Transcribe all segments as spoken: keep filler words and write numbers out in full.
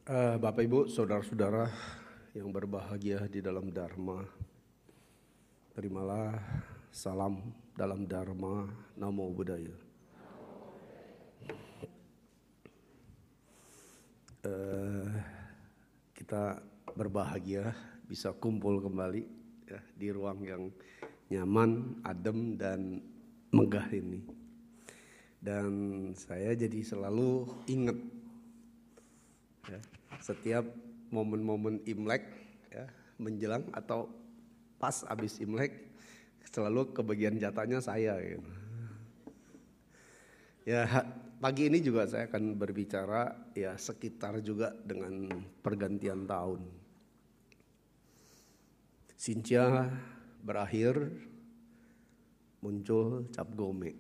Uh, Bapak Ibu, saudara-saudara yang berbahagia di dalam Dharma, terimalah salam dalam Dharma, Namo Buddhaya. Uh, kita berbahagia bisa kumpul kembali ya, di ruang yang nyaman, adem dan megah ini. Dan saya jadi selalu ingat ya, setiap momen-momen Imlek ya, menjelang atau pas habis Imlek selalu kebagian jatahnya saya gitu. Ya, pagi ini juga saya akan berbicara ya sekitar juga dengan pergantian tahun. Sinca berakhir, muncul Cap Gome.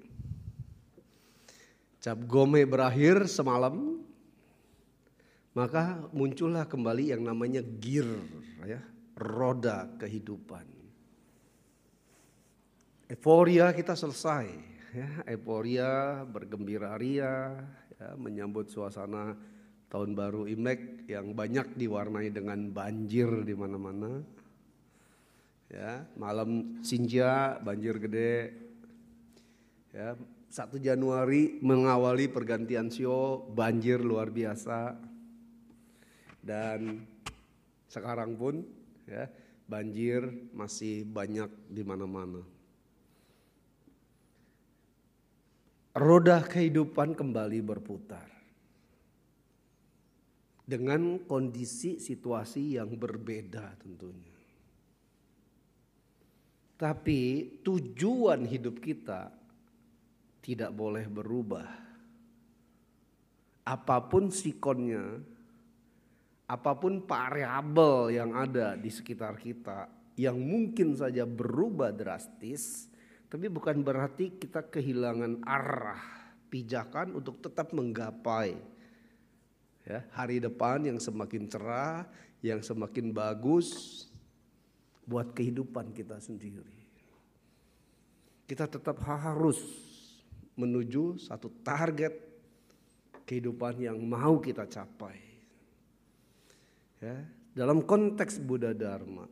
Cap Gome berakhir semalam, maka muncullah kembali yang namanya gir, ya, roda kehidupan. Euforia kita selesai, ya, euforia bergembira ria, ya, menyambut suasana tahun baru Imlek yang banyak diwarnai dengan banjir di mana-mana. Ya, malam Sinja banjir gede. Ya, satu Januari mengawali pergantian sio, banjir luar biasa. Dan sekarang pun ya, banjir masih banyak di mana-mana. Roda kehidupan kembali berputar. Dengan kondisi situasi yang berbeda tentunya. Tapi tujuan hidup kita tidak boleh berubah. Apapun sikonnya, apapun variabel yang ada di sekitar kita yang mungkin saja berubah drastis, tapi bukan berarti kita kehilangan arah pijakan untuk tetap menggapai ya, hari depan yang semakin cerah, yang semakin bagus buat kehidupan kita sendiri. Kita tetap harus menuju satu target kehidupan yang mau kita capai. Ya, dalam konteks Buddha Dharma,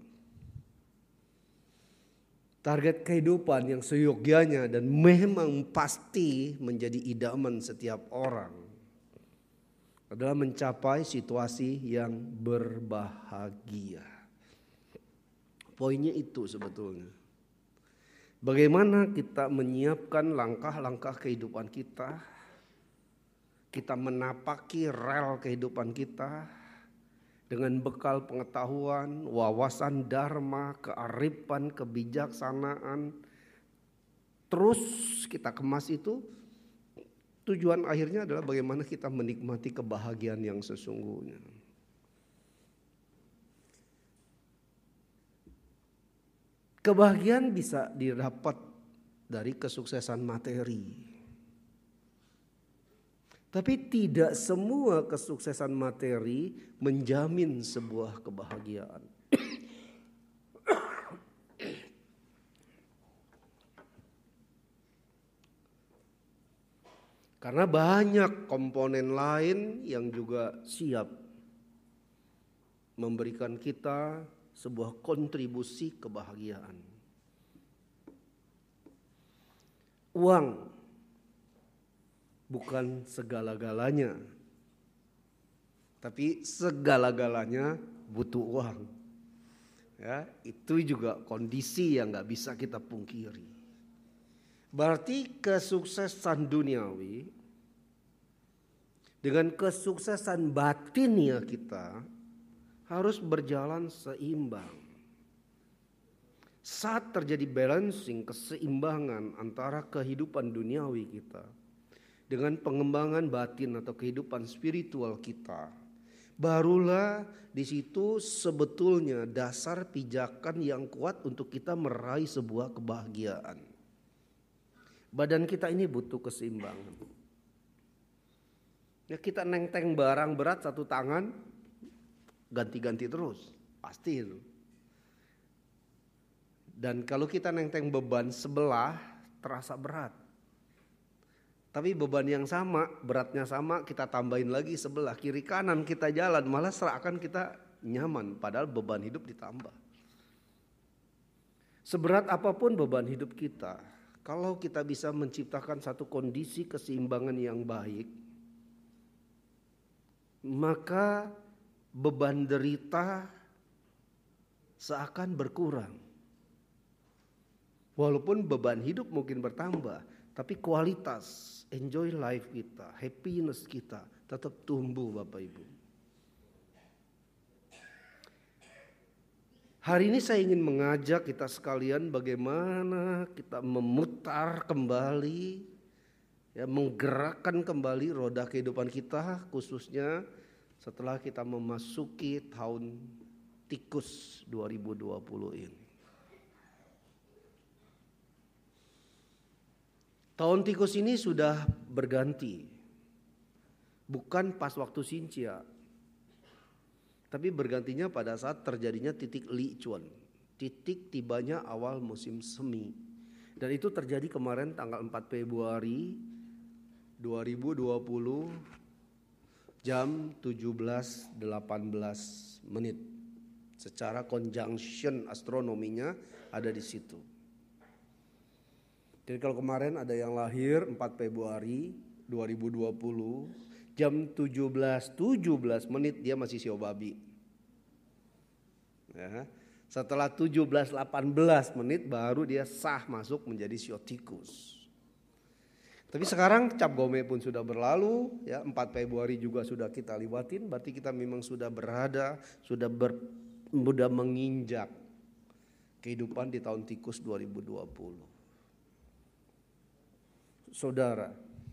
target kehidupan yang seyogyanya dan memang pasti menjadi idaman setiap orang adalah mencapai situasi yang berbahagia. Poinnya itu sebetulnya. Bagaimana kita menyiapkan langkah-langkah kehidupan kita, kita menapaki rel kehidupan kita dengan bekal pengetahuan, wawasan dharma, kearifan, kebijaksanaan. Terus kita kemas itu, tujuan akhirnya adalah bagaimana kita menikmati kebahagiaan yang sesungguhnya. Kebahagiaan bisa didapat dari kesuksesan materi. Tapi tidak semua kesuksesan materi menjamin sebuah kebahagiaan. Karena banyak komponen lain yang juga siap memberikan kita sebuah kontribusi kebahagiaan. Uang bukan segala-galanya, tapi segala-galanya butuh uang. Ya, itu juga kondisi yang nggak bisa kita pungkiri. Berarti kesuksesan duniawi dengan kesuksesan batinnya kita harus berjalan seimbang. Saat terjadi balancing, keseimbangan antara kehidupan duniawi kita dengan pengembangan batin atau kehidupan spiritual kita, barulah di situ sebetulnya dasar pijakan yang kuat untuk kita meraih sebuah kebahagiaan. Badan kita ini butuh keseimbangan. Ya, kita nenteng barang berat satu tangan, ganti-ganti terus, pasti itu. Dan kalau kita nenteng beban sebelah, terasa berat. Tapi beban yang sama, beratnya sama, kita tambahin lagi sebelah kiri kanan kita jalan, malah seakan kita nyaman, padahal beban hidup ditambah. Seberat apapun beban hidup kita, kalau kita bisa menciptakan satu kondisi keseimbangan yang baik, maka beban derita seakan berkurang. Walaupun beban hidup mungkin bertambah, tapi kualitas enjoy life kita, happiness kita tetap tumbuh Bapak Ibu. Hari ini saya ingin mengajak kita sekalian bagaimana kita memutar kembali, ya, menggerakkan kembali roda kehidupan kita, khususnya setelah kita memasuki tahun tikus dua ribu dua puluh ini. Tahun tikus ini sudah berganti, bukan pas waktu Sincia, tapi bergantinya pada saat terjadinya titik Li Chuan, titik tibanya awal musim semi. Dan itu terjadi kemarin tanggal empat Februari dua ribu dua puluh jam tujuh belas delapan belas menit. Secara conjunction astronominya ada di situ. Jadi kalau kemarin ada yang lahir empat Februari dua ribu dua puluh jam tujuh belas tujuh belas menit dia masih sio babi. Ya, setelah tujuh belas delapan belas menit baru dia sah masuk menjadi sio tikus. Tapi sekarang cap gome pun sudah berlalu, ya, empat Februari juga sudah kita lewatin, berarti kita memang sudah berada, sudah ber, sudah menginjak kehidupan di tahun tikus dua ribu dua puluh. Saudara,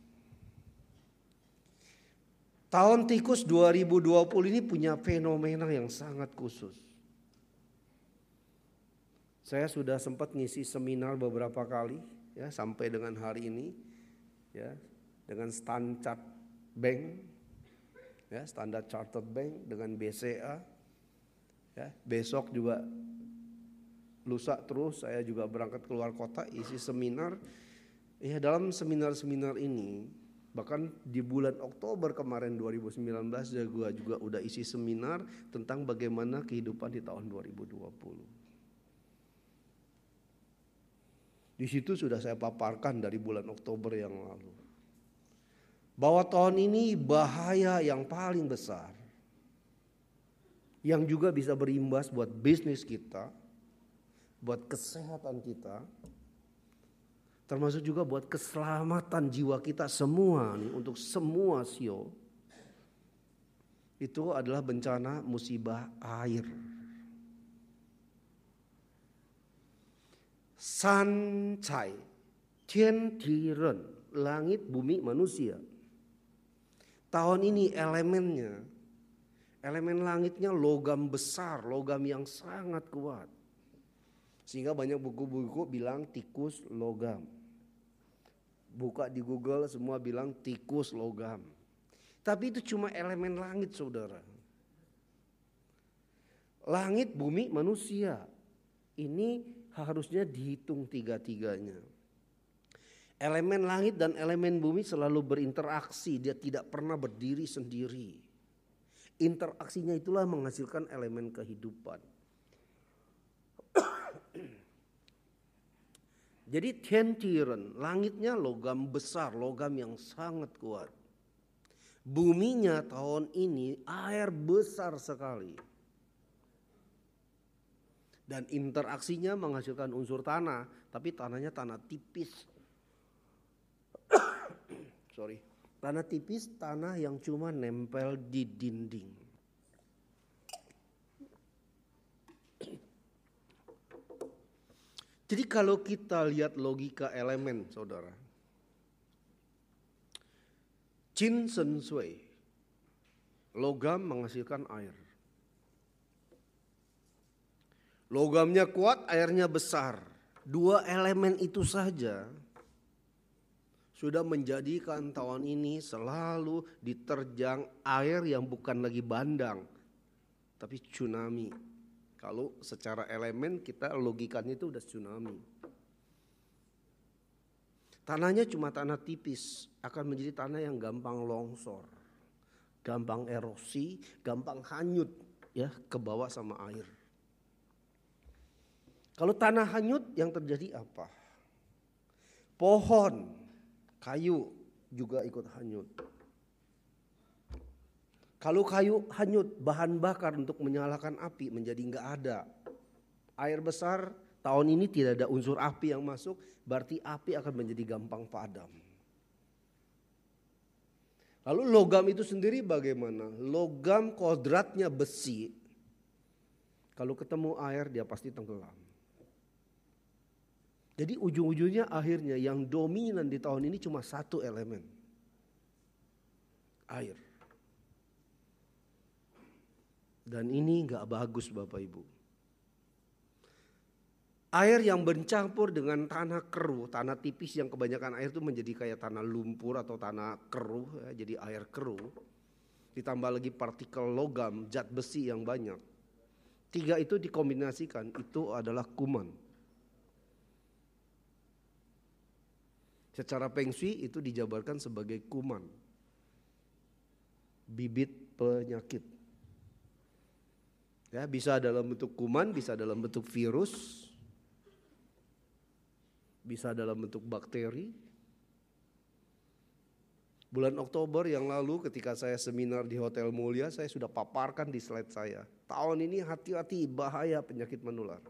tahun tikus dua ribu dua puluh ini punya fenomena yang sangat khusus. Saya sudah sempat ngisi seminar beberapa kali, ya, sampai dengan hari ini, ya, dengan Standard Bank, ya, Standard Chartered Bank, dengan B C A, ya, besok juga lusa terus saya juga berangkat keluar kota isi seminar. Ya, dalam seminar-seminar ini, bahkan di bulan Oktober kemarin dua ribu sembilan belas juga juga udah isi seminar tentang bagaimana kehidupan di tahun dua ribu dua puluh. Di situ sudah saya paparkan dari bulan Oktober yang lalu, bahwa tahun ini bahaya yang paling besar, yang juga bisa berimbas buat bisnis kita, buat kesehatan kita, termasuk juga buat keselamatan jiwa kita semua nih, untuk semua sio. Itu adalah bencana musibah air. San cai, tian ti ren, langit bumi manusia. Tahun ini elemennya, elemen langitnya logam besar, logam yang sangat kuat. Sehingga banyak buku-buku bilang tikus logam. Buka di Google semua bilang tikus logam. Tapi itu cuma elemen langit, saudara. Langit, bumi, manusia. Ini harusnya dihitung tiga-tiganya. Elemen langit dan elemen bumi selalu berinteraksi. Dia tidak pernah berdiri sendiri. Interaksinya itulah menghasilkan elemen kehidupan. Jadi tiantiren, langitnya logam besar, logam yang sangat kuat. Buminya tahun ini air besar sekali. Dan interaksinya menghasilkan unsur tanah, tapi tanahnya tanah tipis. Sorry, tanah tipis, tanah yang cuma nempel di dinding. Jadi kalau kita lihat logika elemen, saudara, Qin Shen Shui, logam menghasilkan air. Logamnya kuat, airnya besar. Dua elemen itu saja sudah menjadikan tahun ini selalu diterjang air yang bukan lagi bandang, tapi tsunami. Kalau secara elemen kita logikanya itu udah tsunami. Tanahnya cuma tanah tipis, akan menjadi tanah yang gampang longsor, gampang erosi, gampang hanyut ya ke bawah sama air. Kalau tanah hanyut yang terjadi apa? Pohon, kayu juga ikut hanyut. Kalau kayu hanyut, bahan bakar untuk menyalakan api menjadi enggak ada. Air besar, tahun ini tidak ada unsur api yang masuk, berarti api akan menjadi gampang padam. Lalu logam itu sendiri bagaimana? Logam kodratnya besi, kalau ketemu air dia pasti tenggelam. Jadi ujung-ujungnya akhirnya yang dominan di tahun ini cuma satu elemen. Air. Dan ini gak bagus Bapak Ibu. Air yang bercampur dengan tanah keruh, tanah tipis yang kebanyakan air itu menjadi kayak tanah lumpur atau tanah keruh, ya, jadi air keruh. Ditambah lagi partikel logam, zat besi yang banyak. Tiga itu dikombinasikan, itu adalah kuman. Secara Feng Shui itu dijabarkan sebagai kuman, bibit penyakit. Ya, bisa dalam bentuk kuman, bisa dalam bentuk virus, bisa dalam bentuk bakteri. Bulan Oktober yang lalu ketika saya seminar di Hotel Mulia, saya sudah paparkan di slide saya. Tahun ini hati-hati bahaya penyakit menular.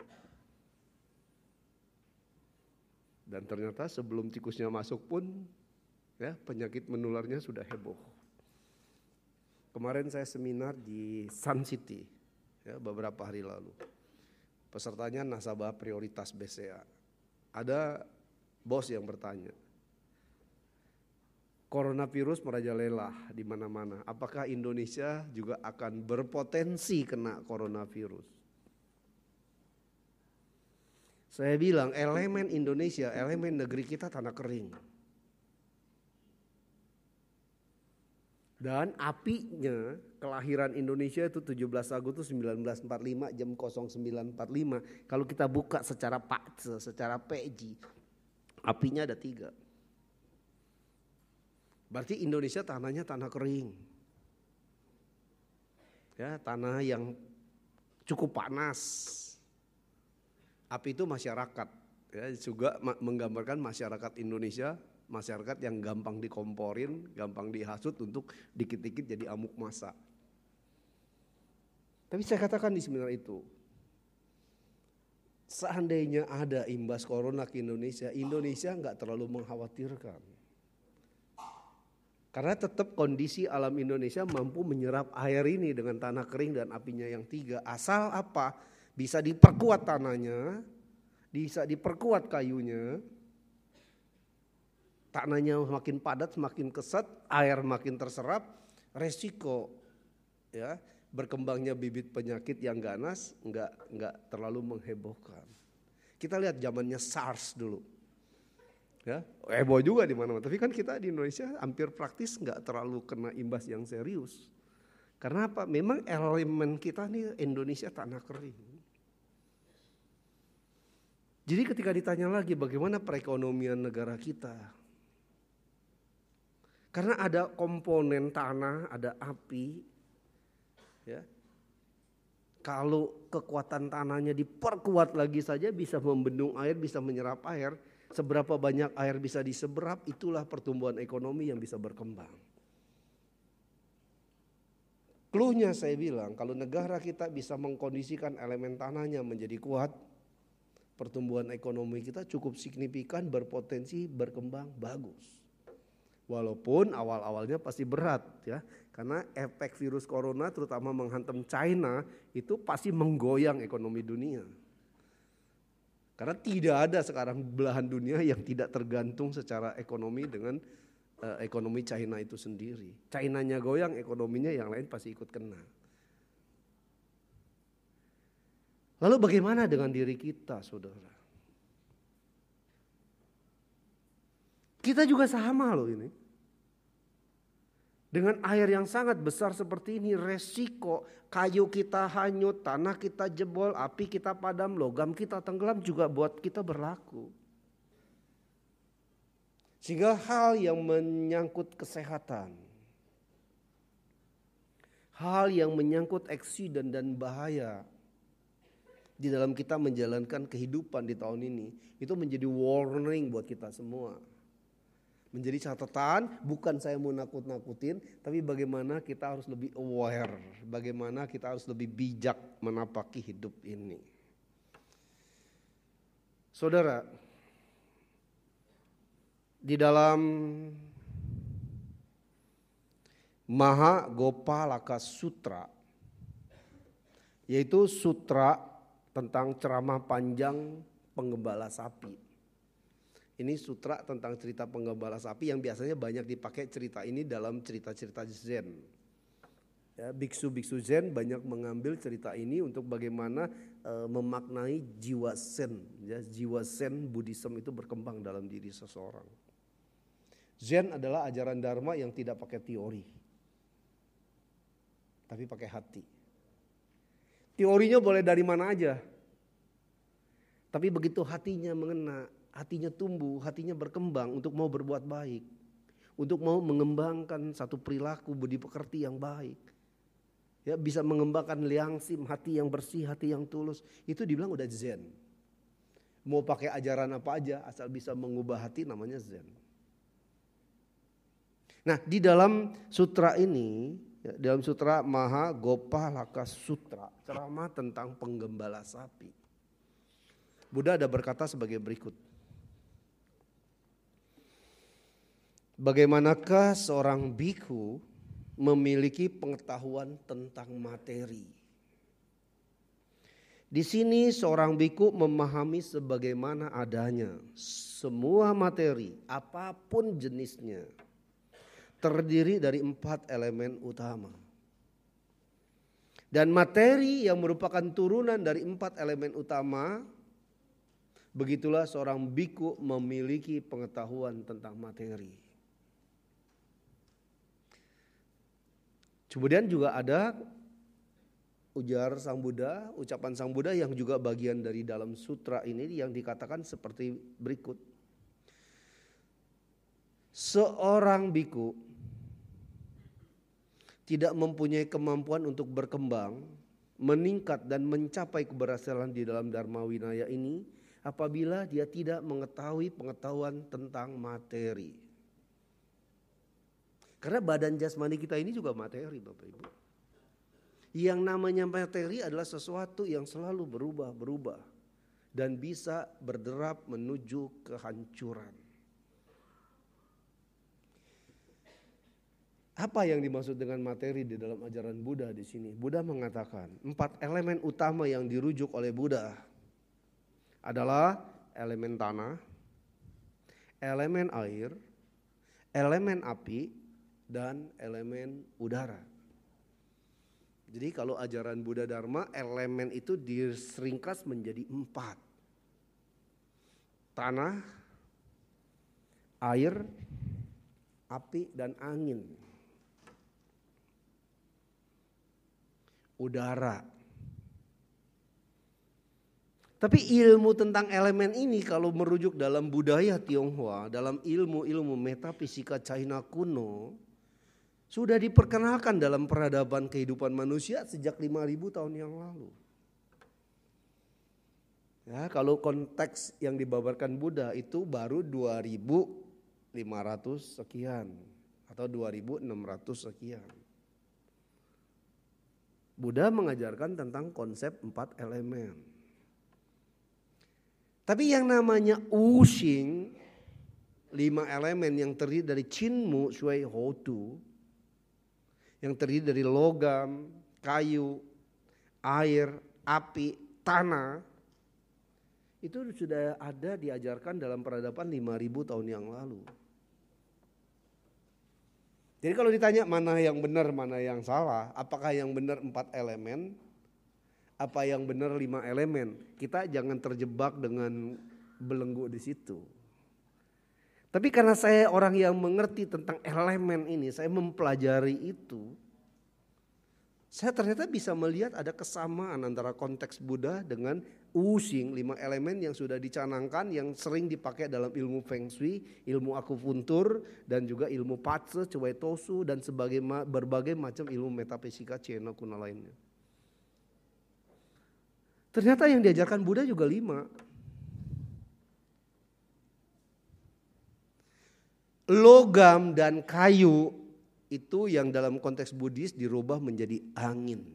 Dan ternyata sebelum tikusnya masuk pun ya penyakit menularnya sudah heboh. Kemarin saya seminar di Sun City ya, beberapa hari lalu. Pesertanya nasabah prioritas B C A. Ada bos yang bertanya, coronavirus merajalela di mana-mana. Apakah Indonesia juga akan berpotensi kena coronavirus? Saya bilang elemen Indonesia, elemen negeri kita tanah kering. Dan apinya kelahiran Indonesia itu tujuh belas Agustus seribu sembilan ratus empat puluh lima jam nol sembilan empat puluh lima. Kalau kita buka secara pakce, secara P J, apinya ada tiga. Berarti Indonesia tanahnya tanah kering. Ya, tanah yang cukup panas. Api itu masyarakat, ya, juga menggambarkan masyarakat Indonesia, masyarakat yang gampang dikomporin, gampang dihasut untuk dikit-dikit jadi amuk massa. Tapi saya katakan di seminar itu, seandainya ada imbas corona ke Indonesia, Indonesia nggak terlalu mengkhawatirkan. Karena tetap kondisi alam Indonesia mampu menyerap air ini dengan tanah kering dan apinya yang tiga. Asal apa? Bisa diperkuat tanahnya, bisa diperkuat kayunya, tanahnya semakin padat, semakin kesat, air makin terserap, resiko ya berkembangnya bibit penyakit yang ganas nggak nggak terlalu menghebohkan. Kita lihat zamannya SARS dulu, ya heboh juga di mana-mana. Tapi kan kita di Indonesia hampir praktis nggak terlalu kena imbas yang serius. Karena apa? Memang elemen kita nih Indonesia tanah kering. Jadi ketika ditanya lagi bagaimana perekonomian negara kita, karena ada komponen tanah, ada api, ya. Kalau kekuatan tanahnya diperkuat lagi saja bisa membendung air, bisa menyerap air. Seberapa banyak air bisa diserap, itulah pertumbuhan ekonomi yang bisa berkembang. Cluenya saya bilang, kalau negara kita bisa mengkondisikan elemen tanahnya menjadi kuat, pertumbuhan ekonomi kita cukup signifikan, berpotensi berkembang bagus. Walaupun awal-awalnya pasti berat ya, karena efek virus corona terutama menghantam China itu pasti menggoyang ekonomi dunia. Karena tidak ada sekarang belahan dunia yang tidak tergantung secara ekonomi dengan uh, ekonomi China itu sendiri. China-nya goyang, ekonominya yang lain pasti ikut kena. Lalu bagaimana dengan diri kita, saudara? Kita juga sama loh ini. Dengan air yang sangat besar seperti ini, resiko kayu kita hanyut, tanah kita jebol, api kita padam, logam kita tenggelam juga buat kita berlaku. Sehingga hal yang menyangkut kesehatan, hal yang menyangkut eksiden dan bahaya di dalam kita menjalankan kehidupan di tahun ini, itu menjadi warning buat kita semua. Menjadi catatan, bukan saya mau nakut-nakutin, tapi bagaimana kita harus lebih aware, bagaimana kita harus lebih bijak menapaki hidup ini. Saudara, di dalam Mahagopalaka Sutra, yaitu sutra tentang ceramah panjang penggembala sapi. Ini sutra tentang cerita penggembala sapi yang biasanya banyak dipakai cerita ini dalam cerita-cerita Zen. Ya, biksu-biksu Zen banyak mengambil cerita ini untuk bagaimana e, memaknai jiwa Zen. Ya, jiwa Zen Buddhism itu berkembang dalam diri seseorang. Zen adalah ajaran Dharma yang tidak pakai teori, tapi pakai hati. Teorinya boleh dari mana aja. Tapi begitu hatinya mengena, hatinya tumbuh, hatinya berkembang untuk mau berbuat baik. Untuk mau mengembangkan satu perilaku budi pekerti yang baik. Ya, bisa mengembangkan liangsim, hati yang bersih, hati yang tulus. Itu dibilang udah Zen. Mau pakai ajaran apa aja asal bisa mengubah hati namanya Zen. Nah, di dalam sutra ini, ya, dalam sutra Mahagopalaka Sutra, ceramah tentang penggembala sapi, Buddha ada berkata sebagai berikut. Bagaimanakah seorang bhikkhu memiliki pengetahuan tentang materi? Di sini seorang bhikkhu memahami sebagaimana adanya semua materi, apapun jenisnya, terdiri dari empat elemen utama. Dan materi yang merupakan turunan dari empat elemen utama, begitulah seorang bhikkhu memiliki pengetahuan tentang materi. Kemudian juga ada ujar Sang Buddha, ucapan Sang Buddha yang juga bagian dari dalam sutra ini yang dikatakan seperti berikut. Seorang bhikkhu tidak mempunyai kemampuan untuk berkembang, meningkat dan mencapai keberhasilan di dalam Dharma Winaya ini apabila dia tidak mengetahui pengetahuan tentang materi. Karena badan jasmani kita ini juga materi, Bapak Ibu. Yang namanya materi adalah sesuatu yang selalu berubah-berubah dan bisa berderap menuju kehancuran. Apa yang dimaksud dengan materi di dalam ajaran Buddha di sini? Buddha mengatakan empat elemen utama yang dirujuk oleh Buddha adalah elemen tanah, elemen air, elemen api, dan elemen udara. Jadi kalau ajaran Buddha Dharma, elemen itu diseringkas menjadi empat. Tanah, air, api, dan angin. Udara. Tapi ilmu tentang elemen ini kalau merujuk dalam budaya Tionghoa, dalam ilmu-ilmu metafisika China kuno, sudah diperkenalkan dalam peradaban kehidupan manusia sejak lima ribu tahun yang lalu. Ya, kalau konteks yang dibabarkan Buddha itu baru dua ribu lima ratus sekian atau dua ribu enam ratus sekian. Buddha mengajarkan tentang konsep empat elemen. Tapi yang namanya Wuxing, lima elemen yang terdiri dari Chinmu, Shui, Hotu, yang terdiri dari logam, kayu, air, api, tanah, itu sudah ada diajarkan dalam peradaban lima ribu tahun yang lalu. Jadi kalau ditanya mana yang benar, mana yang salah, apakah yang benar empat elemen, apa yang benar lima elemen, kita jangan terjebak dengan belenggu di situ. Tapi karena saya orang yang mengerti tentang elemen ini, saya mempelajari itu, Saya ternyata bisa melihat ada kesamaan antara konteks Buddha dengan Wusing, lima elemen yang sudah dicanangkan, yang sering dipakai dalam ilmu Feng Shui, ilmu akupuntur, dan juga ilmu Patse, Cuai Tosu, dan sebagai berbagai macam ilmu metafisika Cina kuno lainnya. Ternyata yang diajarkan Buddha juga lima. Logam dan kayu itu yang dalam konteks Buddhis dirubah menjadi angin.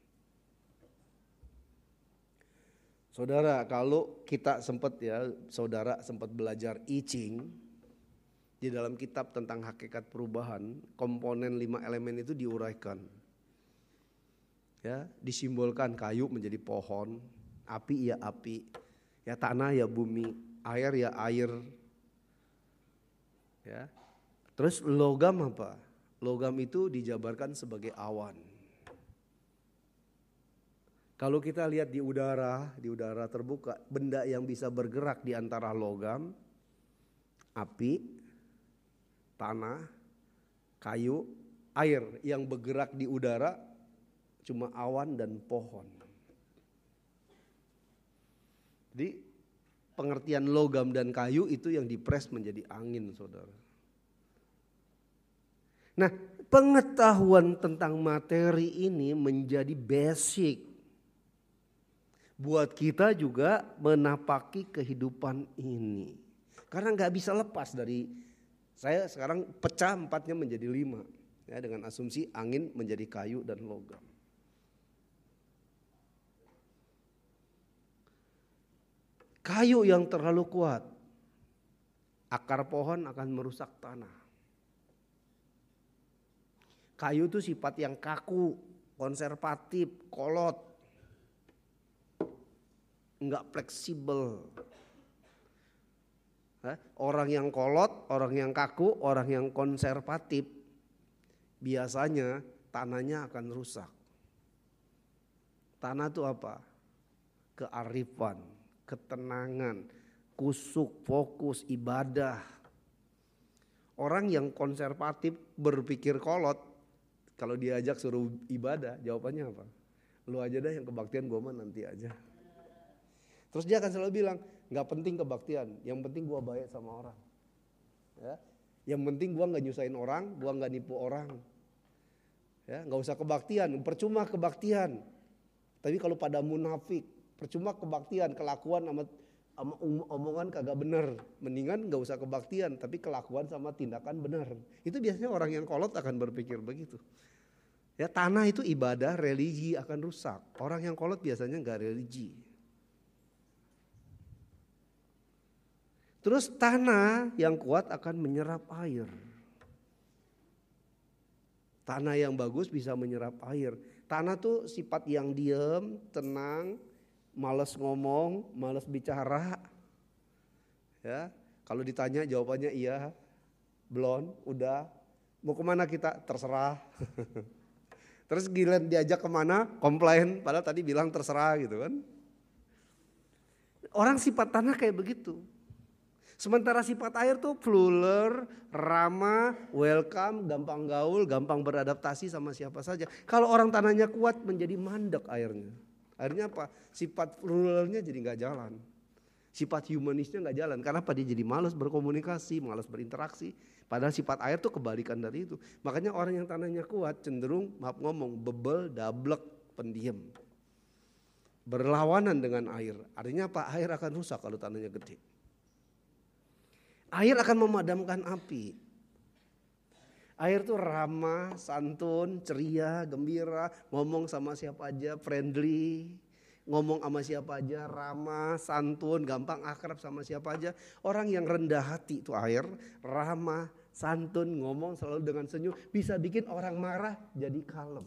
Saudara, kalau kita sempat ya, saudara sempat belajar I Ching, di dalam kitab tentang hakikat perubahan, komponen lima elemen itu diuraikan. Ya, disimbolkan kayu menjadi pohon, api ya api, ya tanah ya bumi, air ya air. Ya. Terus logam apa? Logam itu dijabarkan sebagai awan. Kalau kita lihat di udara, di udara terbuka, benda yang bisa bergerak di antara logam, api, tanah, kayu, air yang bergerak di udara cuma awan dan pohon. Jadi pengertian logam dan kayu itu yang dipres menjadi angin, saudara. Nah, pengetahuan tentang materi ini menjadi basic buat kita juga menapaki kehidupan ini. Karena nggak bisa lepas dari, saya sekarang pecah empatnya menjadi lima. Ya, dengan asumsi angin menjadi kayu dan logam. Kayu yang terlalu kuat, akar pohon akan merusak tanah. Kayu itu sifat yang kaku, konservatif, kolot, enggak fleksibel. Orang yang kolot, orang yang kaku, orang yang konservatif, biasanya tanahnya akan rusak. Tanah itu apa? Kearifan, ketenangan, kusuk, fokus, ibadah. Orang yang konservatif berpikir kolot, kalau diajak suruh ibadah, jawabannya apa? Lu aja dah yang kebaktian, gue mah nanti aja. Terus dia akan selalu bilang, gak penting kebaktian, yang penting gue baik sama orang. Ya, yang penting gue gak nyusahin orang, gue gak nipu orang. Ya, gak usah kebaktian, percuma kebaktian. Tapi kalau pada munafik, percuma kebaktian, kelakuan sama, sama omongan kagak bener. Mendingan gak usah kebaktian, tapi kelakuan sama tindakan bener. Itu biasanya orang yang kolot akan berpikir begitu. Ya, tanah itu ibadah, religi akan rusak. Orang yang kolot biasanya gak religi. Terus tanah yang kuat akan menyerap air. Tanah yang bagus bisa menyerap air. Tanah tuh sifat yang diam, tenang, malas ngomong, malas bicara. Ya, kalau ditanya jawabannya iya, belum, udah. Mau kemana kita? Terserah. Terus giliran diajak kemana? Komplain, padahal tadi bilang terserah gitu kan. Orang sifat tanah kayak begitu. Sementara sifat air tuh fluler, ramah, welcome, gampang gaul, gampang beradaptasi sama siapa saja. Kalau orang tanahnya kuat menjadi mandek airnya. Akhirnya apa? Sifat flulernya jadi gak jalan. Sifat humanisnya gak jalan. Karena apa? Dia jadi malas berkomunikasi, malas berinteraksi. Padahal sifat air tuh kebalikan dari itu. Makanya orang yang tanahnya kuat cenderung, maaf ngomong, bebel, dablek, pendiam. Berlawanan dengan air. Artinya apa? Air akan rusak kalau tanahnya gede. Air akan memadamkan api. Air tuh ramah, santun, ceria, gembira, ngomong sama siapa aja, friendly. Ngomong sama siapa aja, ramah, santun, gampang akrab sama siapa aja. Orang yang rendah hati itu air, ramah, santun, ngomong selalu dengan senyum, bisa bikin orang marah jadi kalem.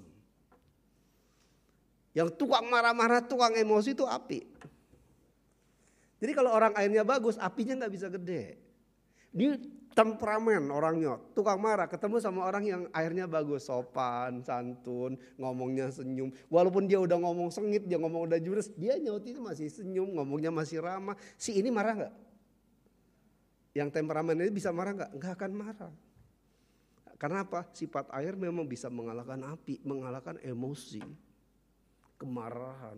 Yang tukang marah-marah, tukang emosi itu api. Jadi kalau orang airnya bagus, apinya gak bisa gede. Dia temperamen orangnya, tukang marah, ketemu sama orang yang airnya bagus, sopan, santun, ngomongnya senyum. Walaupun dia udah ngomong sengit, dia ngomong udah jurus, dia nyautin masih senyum, ngomongnya masih ramah. Si ini marah gak? Yang temperamen ini bisa marah gak? Gak akan marah. Karena apa? Sifat air memang bisa mengalahkan api, mengalahkan emosi, kemarahan.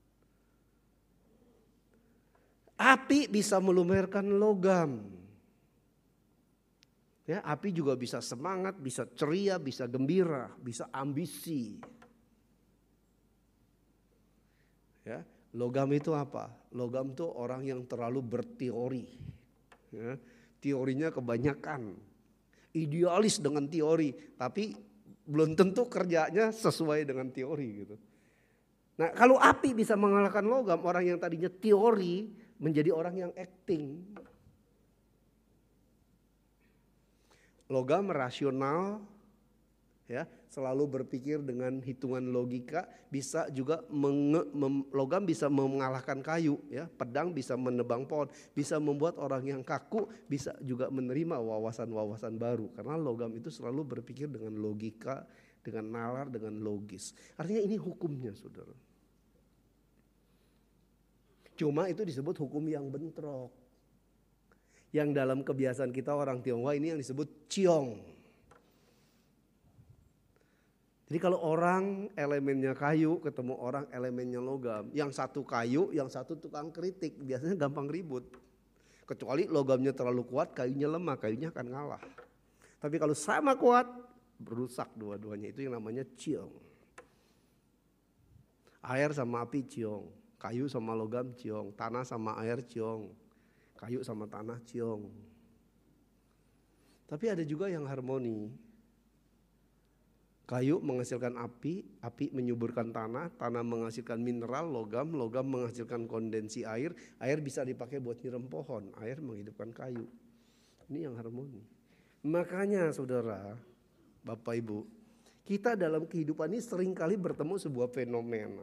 Api bisa melumerkan logam. Ya, api juga bisa semangat, bisa ceria, bisa gembira, bisa ambisi. Ya, logam itu apa? Logam itu orang yang terlalu berteori. Ya, teorinya kebanyakan, idealis dengan teori, tapi belum tentu kerjanya sesuai dengan teori gitu. Nah, kalau api bisa mengalahkan logam, orang yang tadinya teori menjadi orang yang acting. Logam rasional, ya, selalu berpikir dengan hitungan logika, bisa juga menge, mem, logam bisa mengalahkan kayu, ya, pedang bisa menebang pohon, bisa membuat orang yang kaku bisa juga menerima wawasan-wawasan baru, karena logam itu selalu berpikir dengan logika, dengan nalar, dengan logis. Artinya ini hukumnya, saudara. Cuma itu disebut hukum yang bentrok. Yang dalam kebiasaan kita orang Tionghoa ini yang disebut ciong. Jadi kalau orang elemennya kayu ketemu orang elemennya logam, yang satu kayu, yang satu tukang kritik, biasanya gampang ribut. Kecuali logamnya terlalu kuat, kayunya lemah, kayunya akan ngalah. Tapi kalau sama kuat, berusak dua-duanya, itu yang namanya ciong. Air sama api ciong, kayu sama logam ciong, tanah sama air ciong, kayu sama tanah ciong. Tapi ada juga yang harmoni. Kayu menghasilkan api, api menyuburkan tanah, tanah menghasilkan mineral, logam, logam menghasilkan kondensi air, air bisa dipakai buat nyiram pohon, air menghidupkan kayu. Ini yang harmoni. Makanya saudara, Bapak Ibu, kita dalam kehidupan ini seringkali bertemu sebuah fenomena.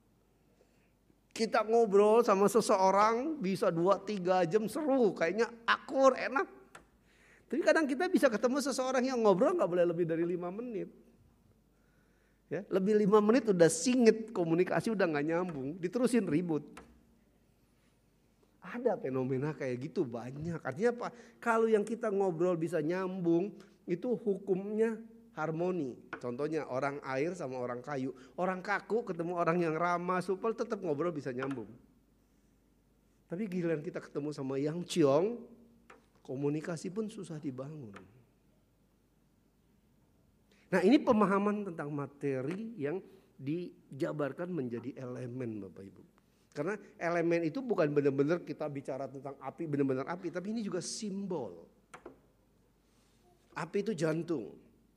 Kita ngobrol sama seseorang bisa dua tiga jam seru, kayaknya akur, enak. Tapi kadang kita bisa ketemu seseorang yang ngobrol gak boleh lebih dari lima menit. Ya, lebih lima menit udah singit, komunikasi udah gak nyambung, diterusin ribut. Ada fenomena kayak gitu banyak. Artinya apa? Kalau yang kita ngobrol bisa nyambung, itu hukumnya harmoni. Contohnya orang air sama orang kayu. Orang kaku ketemu orang yang ramah, supel, tetap ngobrol bisa nyambung. Tapi giliran kita ketemu sama yang ciong, komunikasi pun susah dibangun. Nah, ini pemahaman tentang materi yang dijabarkan menjadi elemen, Bapak Ibu. Karena elemen itu bukan benar-benar kita bicara tentang api, benar-benar api, tapi ini juga simbol. Api itu jantung,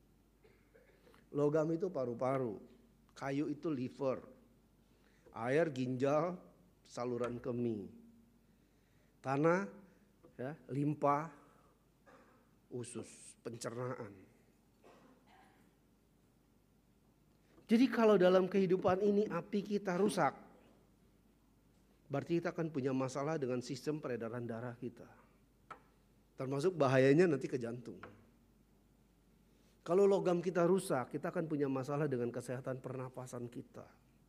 logam itu paru-paru, kayu itu liver, air ginjal, saluran kemih, tanah, ya, limpa, usus, pencernaan. Jadi kalau dalam kehidupan ini api kita rusak, berarti kita akan punya masalah dengan sistem peredaran darah kita. Termasuk bahayanya nanti ke jantung. Kalau logam kita rusak, kita akan punya masalah dengan kesehatan pernapasan kita.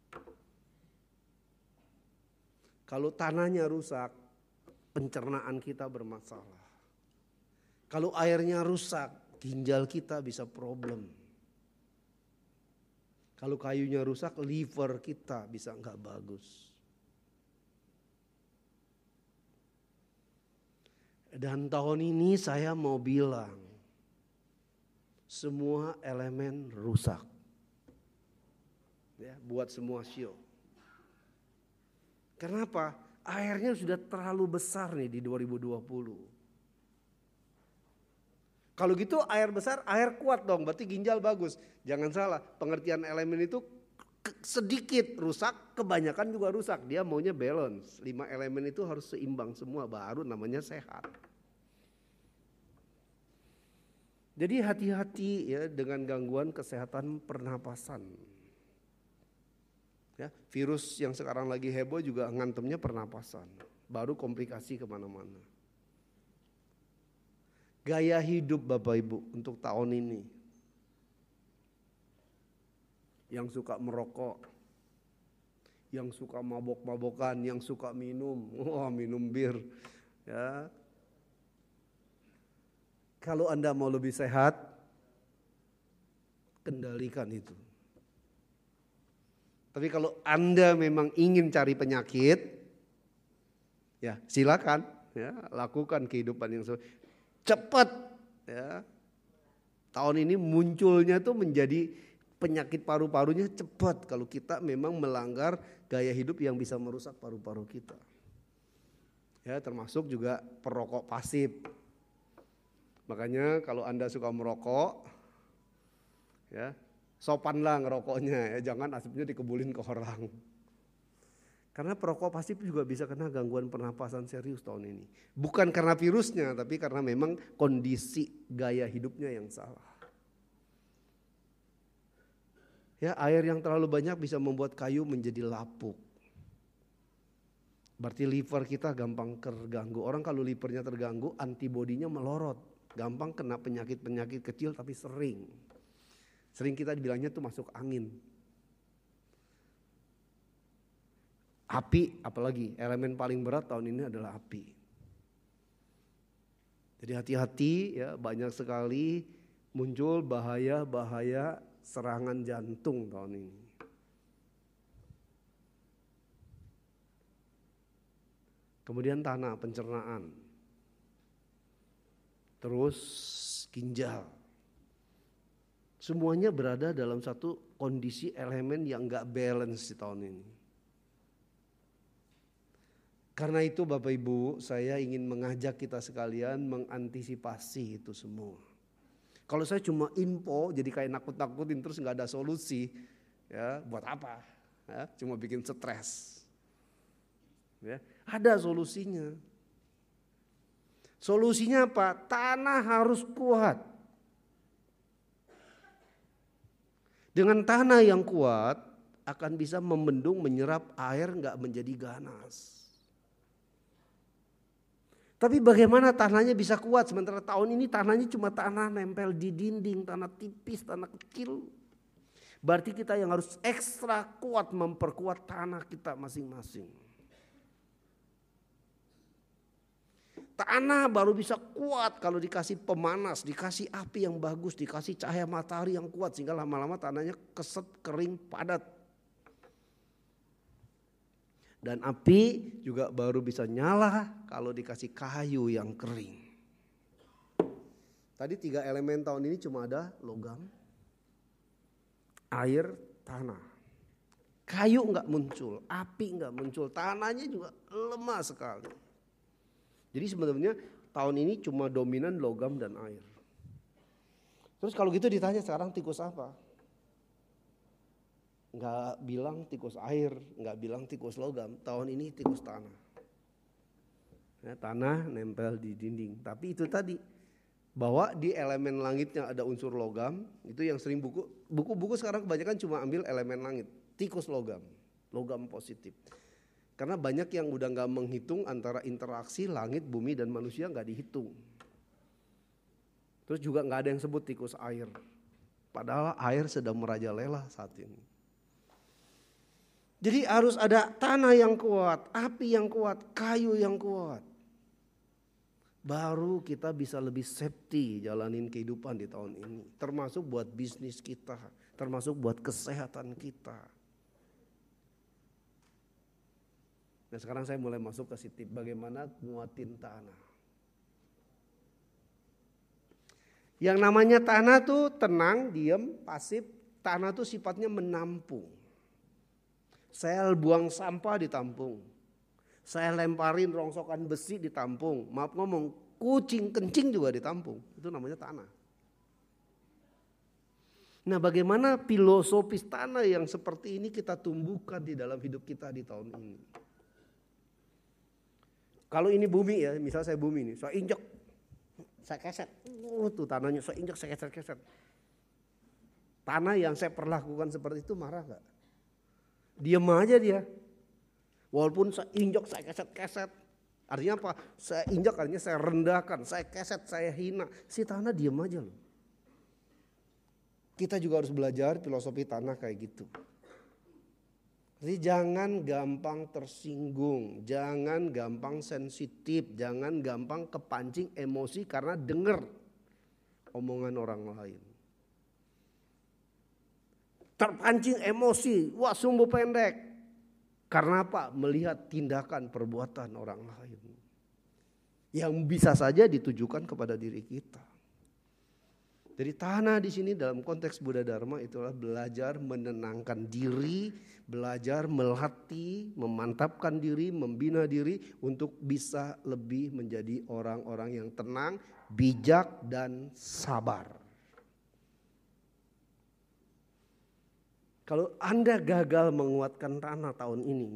Kalau tanahnya rusak, pencernaan kita bermasalah. Kalau airnya rusak, ginjal kita bisa problem. Kalau kayunya rusak, liver kita bisa nggak bagus. Dan tahun ini saya mau bilang, semua elemen rusak. Ya, buat semua show. Kenapa? Airnya sudah terlalu besar nih di dua ribu dua puluh. Kalau gitu air besar, air kuat dong, berarti ginjal bagus. Jangan salah, pengertian elemen itu sedikit rusak, kebanyakan juga rusak. Dia maunya balance, lima elemen itu harus seimbang semua, baru namanya sehat. Jadi hati-hati ya dengan gangguan kesehatan pernapasan. Ya, virus yang sekarang lagi heboh juga ngantem pernapasan, baru komplikasi kemana-mana. Gaya hidup Bapak Ibu untuk tahun ini. Yang suka merokok, yang suka mabok-mabokan, yang suka minum, wah minum bir. Ya. Kalau Anda mau lebih sehat, kendalikan itu. Tapi kalau Anda memang ingin cari penyakit, ya silakan, ya lakukan kehidupan yang cepat. Ya, tahun ini munculnya tuh menjadi penyakit paru-parunya cepat kalau kita memang melanggar gaya hidup yang bisa merusak paru-paru kita. Ya, termasuk juga perokok pasif. Makanya kalau Anda suka merokok, ya sopanlah ngerokoknya, ya jangan asapnya dikebulin ke orang. Karena perokok pasif juga bisa kena gangguan pernapasan serius tahun ini. Bukan karena virusnya, tapi karena memang kondisi gaya hidupnya yang salah. Ya, air yang terlalu banyak bisa membuat kayu menjadi lapuk. Berarti liver kita gampang terganggu. Orang kalau livernya terganggu, antibodinya melorot. Gampang kena penyakit-penyakit kecil tapi sering. Sering kita dibilangnya tuh masuk angin. Api, apalagi elemen paling berat tahun ini adalah api. Jadi hati-hati ya, banyak sekali muncul bahaya-bahaya serangan jantung tahun ini. Kemudian tanah, pencernaan. Terus ginjal. Semuanya berada dalam satu kondisi elemen yang gak balance di tahun ini. Karena itu Bapak Ibu, saya ingin mengajak kita sekalian mengantisipasi itu semua. Kalau saya cuma info jadi kayak nakut-nakutin terus gak ada solusi, ya buat apa? Ya, cuma bikin stres. Ya, ada solusinya. Solusinya apa? Tanah harus kuat. Dengan tanah yang kuat akan bisa membendung, menyerap air gak menjadi ganas. Tapi bagaimana tanahnya bisa kuat sementara tahun ini tanahnya cuma tanah nempel di dinding, tanah tipis, tanah kecil. Berarti kita yang harus ekstra kuat memperkuat tanah kita masing-masing. Tanah baru bisa kuat kalau dikasih pemanas, dikasih api yang bagus, dikasih cahaya matahari yang kuat sehingga lama-lama tanahnya keset, kering, padat. Dan api juga baru bisa nyala kalau dikasih kayu yang kering. Tadi tiga elemen tahun ini cuma ada logam, air, tanah. Kayu enggak muncul, api enggak muncul, tanahnya juga lemah sekali. Jadi sebenarnya tahun ini cuma dominan logam dan air. Terus kalau gitu ditanya sekarang tikus apa? Enggak bilang tikus air, enggak bilang tikus logam. Tahun ini tikus tanah. Ya, tanah nempel di dinding. Tapi itu tadi bahwa di elemen langitnya ada unsur logam. Itu yang sering buku buku-buku sekarang kebanyakan cuma ambil elemen langit. Tikus logam, logam positif. Karena banyak yang udah gak menghitung antara interaksi langit, bumi dan manusia gak dihitung. Terus juga gak ada yang sebut tikus air. Padahal air sedang merajalela saat ini. Jadi harus ada tanah yang kuat, api yang kuat, kayu yang kuat. Baru kita bisa lebih safety jalanin kehidupan di tahun ini. Termasuk buat bisnis kita, termasuk buat kesehatan kita. Nah sekarang saya mulai masuk ke tip bagaimana nguatin tanah. Yang namanya tanah tuh tenang, diam, pasif. Tanah tuh sifatnya menampung. Saya buang sampah ditampung. Saya lemparin rongsokan besi ditampung. Maaf ngomong, kucing kencing juga ditampung. Itu namanya tanah. Nah bagaimana filosofis tanah yang seperti ini kita tumbuhkan di dalam hidup kita di tahun ini. Kalau ini bumi ya, misalnya saya bumi nih, saya injek, saya keset, uh, tuh tanahnya saya injek, saya keset-keset. Tanah yang saya perlakukan seperti itu marah gak? Diam aja dia. Walaupun saya injek, saya keset-keset. Artinya apa? Saya injek artinya saya rendahkan, saya keset, saya hina. Si tanah diam aja loh. Kita juga harus belajar filosofi tanah kayak gitu. Jadi jangan gampang tersinggung, jangan gampang sensitif, jangan gampang kepancing emosi karena dengar omongan orang lain. terpancing emosi, wah sumbu pendek. Karena apa? Melihat tindakan perbuatan orang lain yang bisa saja ditujukan kepada diri kita. Jadi tanah di sini dalam konteks Buddha Dharma itulah belajar menenangkan diri, belajar melatih, memantapkan diri, membina diri untuk bisa lebih menjadi orang-orang yang tenang, bijak dan sabar. Kalau Anda gagal menguatkan tanah tahun ini,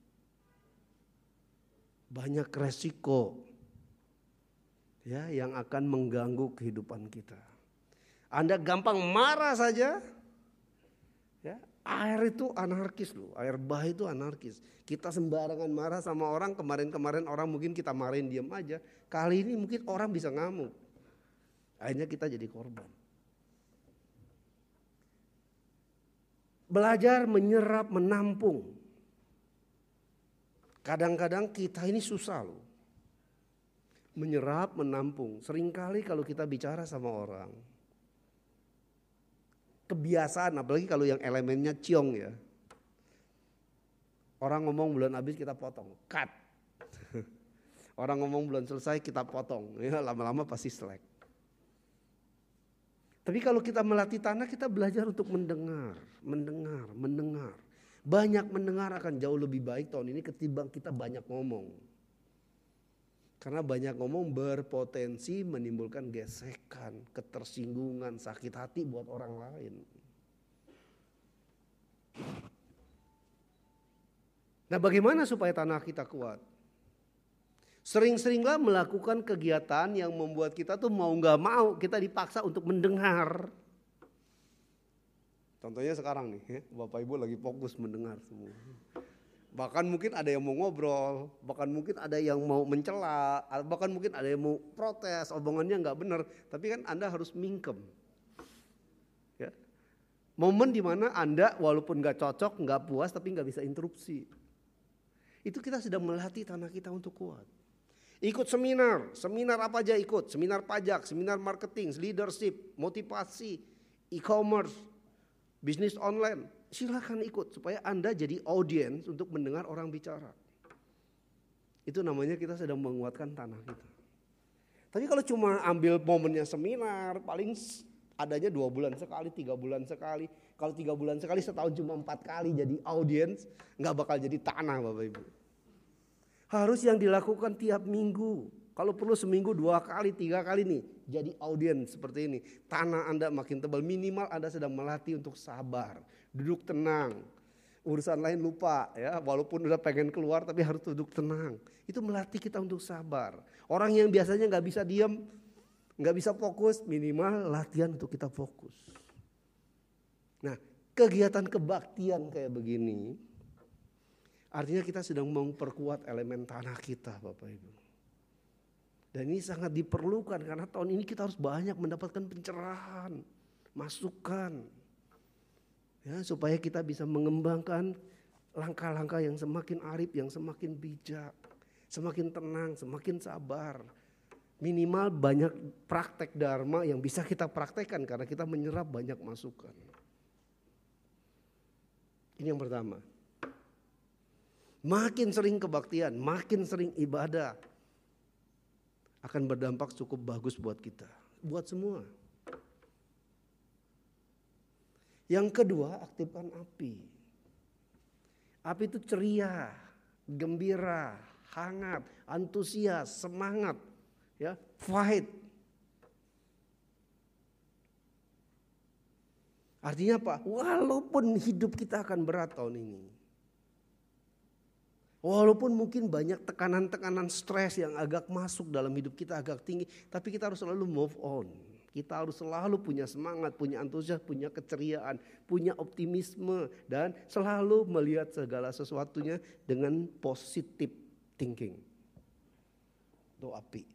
banyak resiko ya yang akan mengganggu kehidupan kita. Anda gampang marah saja, ya, air itu anarkis loh, air bah itu anarkis. Kita sembarangan marah sama orang, kemarin-kemarin orang mungkin kita marahin diam aja. Kali ini mungkin orang bisa ngamuk, akhirnya kita jadi korban. Belajar menyerap, menampung. Kadang-kadang kita ini susah loh, menyerap, menampung. Seringkali kalau kita bicara sama orang, kebiasaan, apalagi kalau yang elemennya ciong ya. Orang ngomong bulan habis kita potong, cut. Orang ngomong bulan selesai kita potong, ya lama-lama pasti selek. Tapi kalau kita melatih tanah, kita belajar untuk mendengar, mendengar, mendengar. Banyak mendengar akan jauh lebih baik tahun ini ketimbang kita banyak ngomong. Karena banyak ngomong berpotensi menimbulkan gesekan, ketersinggungan, sakit hati buat orang lain. Nah, bagaimana supaya tanah kita kuat? Sering-seringlah melakukan kegiatan yang membuat kita tuh mau gak mau kita dipaksa untuk mendengar. Contohnya sekarang nih, ya, Bapak Ibu lagi fokus mendengar semua. Bahkan mungkin ada yang mau ngobrol, bahkan mungkin ada yang mau mencela, bahkan mungkin ada yang mau protes, omongannya gak benar. Tapi kan Anda harus mingkem. Ya. Momen dimana Anda walaupun gak cocok, gak puas tapi gak bisa interupsi. Itu kita sedang melatih tanah kita untuk kuat. Ikut seminar, seminar apa aja ikut, seminar pajak, seminar marketing, leadership, motivasi, e-commerce, bisnis online. Silakan ikut supaya Anda jadi audiens untuk mendengar orang bicara. Itu namanya kita sedang menguatkan tanah kita. Tapi kalau cuma ambil momennya seminar, paling adanya dua bulan sekali, tiga bulan sekali. Kalau tiga bulan sekali, setahun cuma empat kali jadi audiens, nggak bakal jadi tanah Bapak Ibu. Harus yang dilakukan tiap minggu. Kalau perlu seminggu dua kali, tiga kali nih. Jadi audiens seperti ini. Tanah Anda makin tebal. Minimal Anda sedang melatih untuk sabar. Duduk tenang. Urusan lain lupa ya. Walaupun udah pengen keluar tapi harus duduk tenang. Itu melatih kita untuk sabar. Orang yang biasanya gak bisa diam, gak bisa fokus. Minimal latihan untuk kita fokus. Nah, kegiatan kebaktian kayak begini, artinya kita sedang memperkuat elemen tanah kita Bapak Ibu. Dan ini sangat diperlukan karena tahun ini kita harus banyak mendapatkan pencerahan, masukan. Ya, supaya kita bisa mengembangkan langkah-langkah yang semakin arif, yang semakin bijak, semakin tenang, semakin sabar. Minimal banyak praktek dharma yang bisa kita praktekkan karena kita menyerap banyak masukan. Ini yang pertama. Makin sering kebaktian, makin sering ibadah akan berdampak cukup bagus buat kita, buat semua. Yang kedua, aktifkan api. Api itu ceria, gembira, hangat, antusias, semangat, ya, fight. Artinya apa? Walaupun hidup kita akan berat tahun ini. Walaupun mungkin banyak tekanan-tekanan stres yang agak masuk dalam hidup kita agak tinggi. Tapi kita harus selalu move on. Kita harus selalu punya semangat, punya antusias, punya keceriaan, punya optimisme. Dan selalu melihat segala sesuatunya dengan positive thinking. Itu api.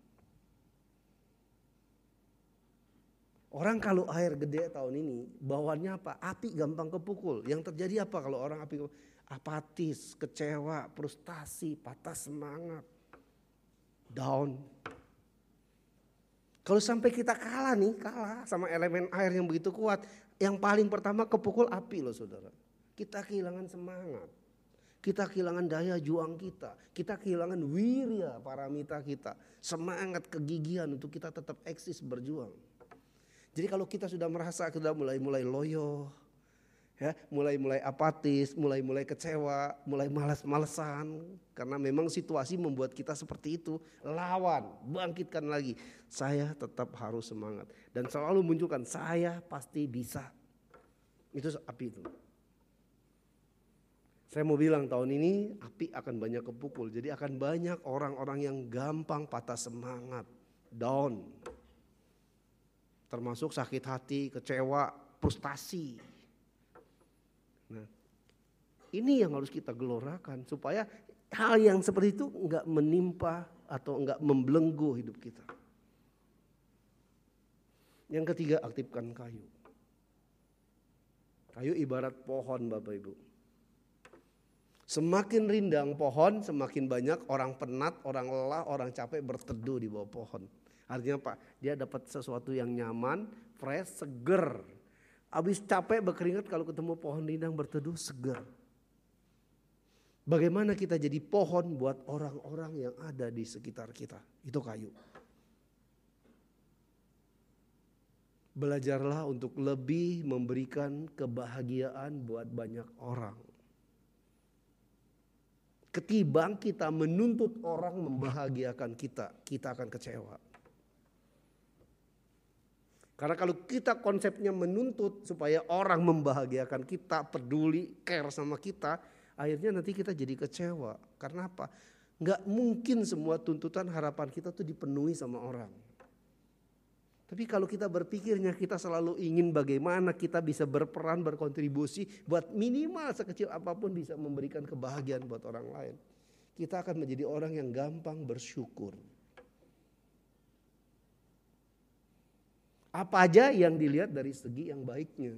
Orang kalau air gede tahun ini bawaannya apa? Api gampang kepukul. Yang terjadi apa kalau orang api kepukul? Apatis, kecewa, frustasi, patah semangat, down. Kalau sampai kita kalah nih, kalah sama elemen air yang begitu kuat, Yang paling pertama kepukul api loh saudara. Kita kehilangan semangat. Kita kehilangan daya juang kita. Kita kehilangan wirya paramita kita. Semangat, kegigihan untuk kita tetap eksis berjuang. Jadi kalau kita sudah merasa kita mulai-mulai loyo, ya, mulai-mulai apatis, mulai-mulai kecewa, mulai malas-malesan. Karena memang situasi membuat kita seperti itu. Lawan, bangkitkan lagi. Saya tetap harus semangat. Dan selalu munculkan, saya pasti bisa. Itu api itu. Saya mau bilang tahun ini api akan banyak kepukul. Jadi akan banyak orang-orang yang gampang patah semangat, down. Termasuk sakit hati, kecewa, frustasi. Nah, ini yang harus kita gelorakan supaya hal yang seperti itu enggak menimpa atau enggak membelenggu hidup kita. Yang ketiga, aktifkan kayu. Kayu ibarat pohon Bapak Ibu. Semakin rindang pohon, semakin banyak orang penat, orang lelah, orang capek berteduh di bawah pohon. Artinya apa? Dia dapat sesuatu yang nyaman, fresh, seger. Habis capek berkeringat kalau ketemu pohon rindang berteduh seger. Bagaimana kita jadi pohon buat orang-orang yang ada di sekitar kita? Itu kayu. Belajarlah untuk lebih memberikan kebahagiaan buat banyak orang. Ketimbang kita menuntut orang membahagiakan kita, kita akan kecewa. Karena kalau kita konsepnya menuntut supaya orang membahagiakan kita, peduli, care sama kita, akhirnya nanti kita jadi kecewa. Karena apa? Nggak mungkin semua tuntutan harapan kita tuh dipenuhi sama orang. Tapi kalau kita berpikirnya kita selalu ingin bagaimana kita bisa berperan, berkontribusi buat minimal sekecil apapun bisa memberikan kebahagiaan buat orang lain. Kita akan menjadi orang yang gampang bersyukur. Apa aja yang dilihat dari segi yang baiknya.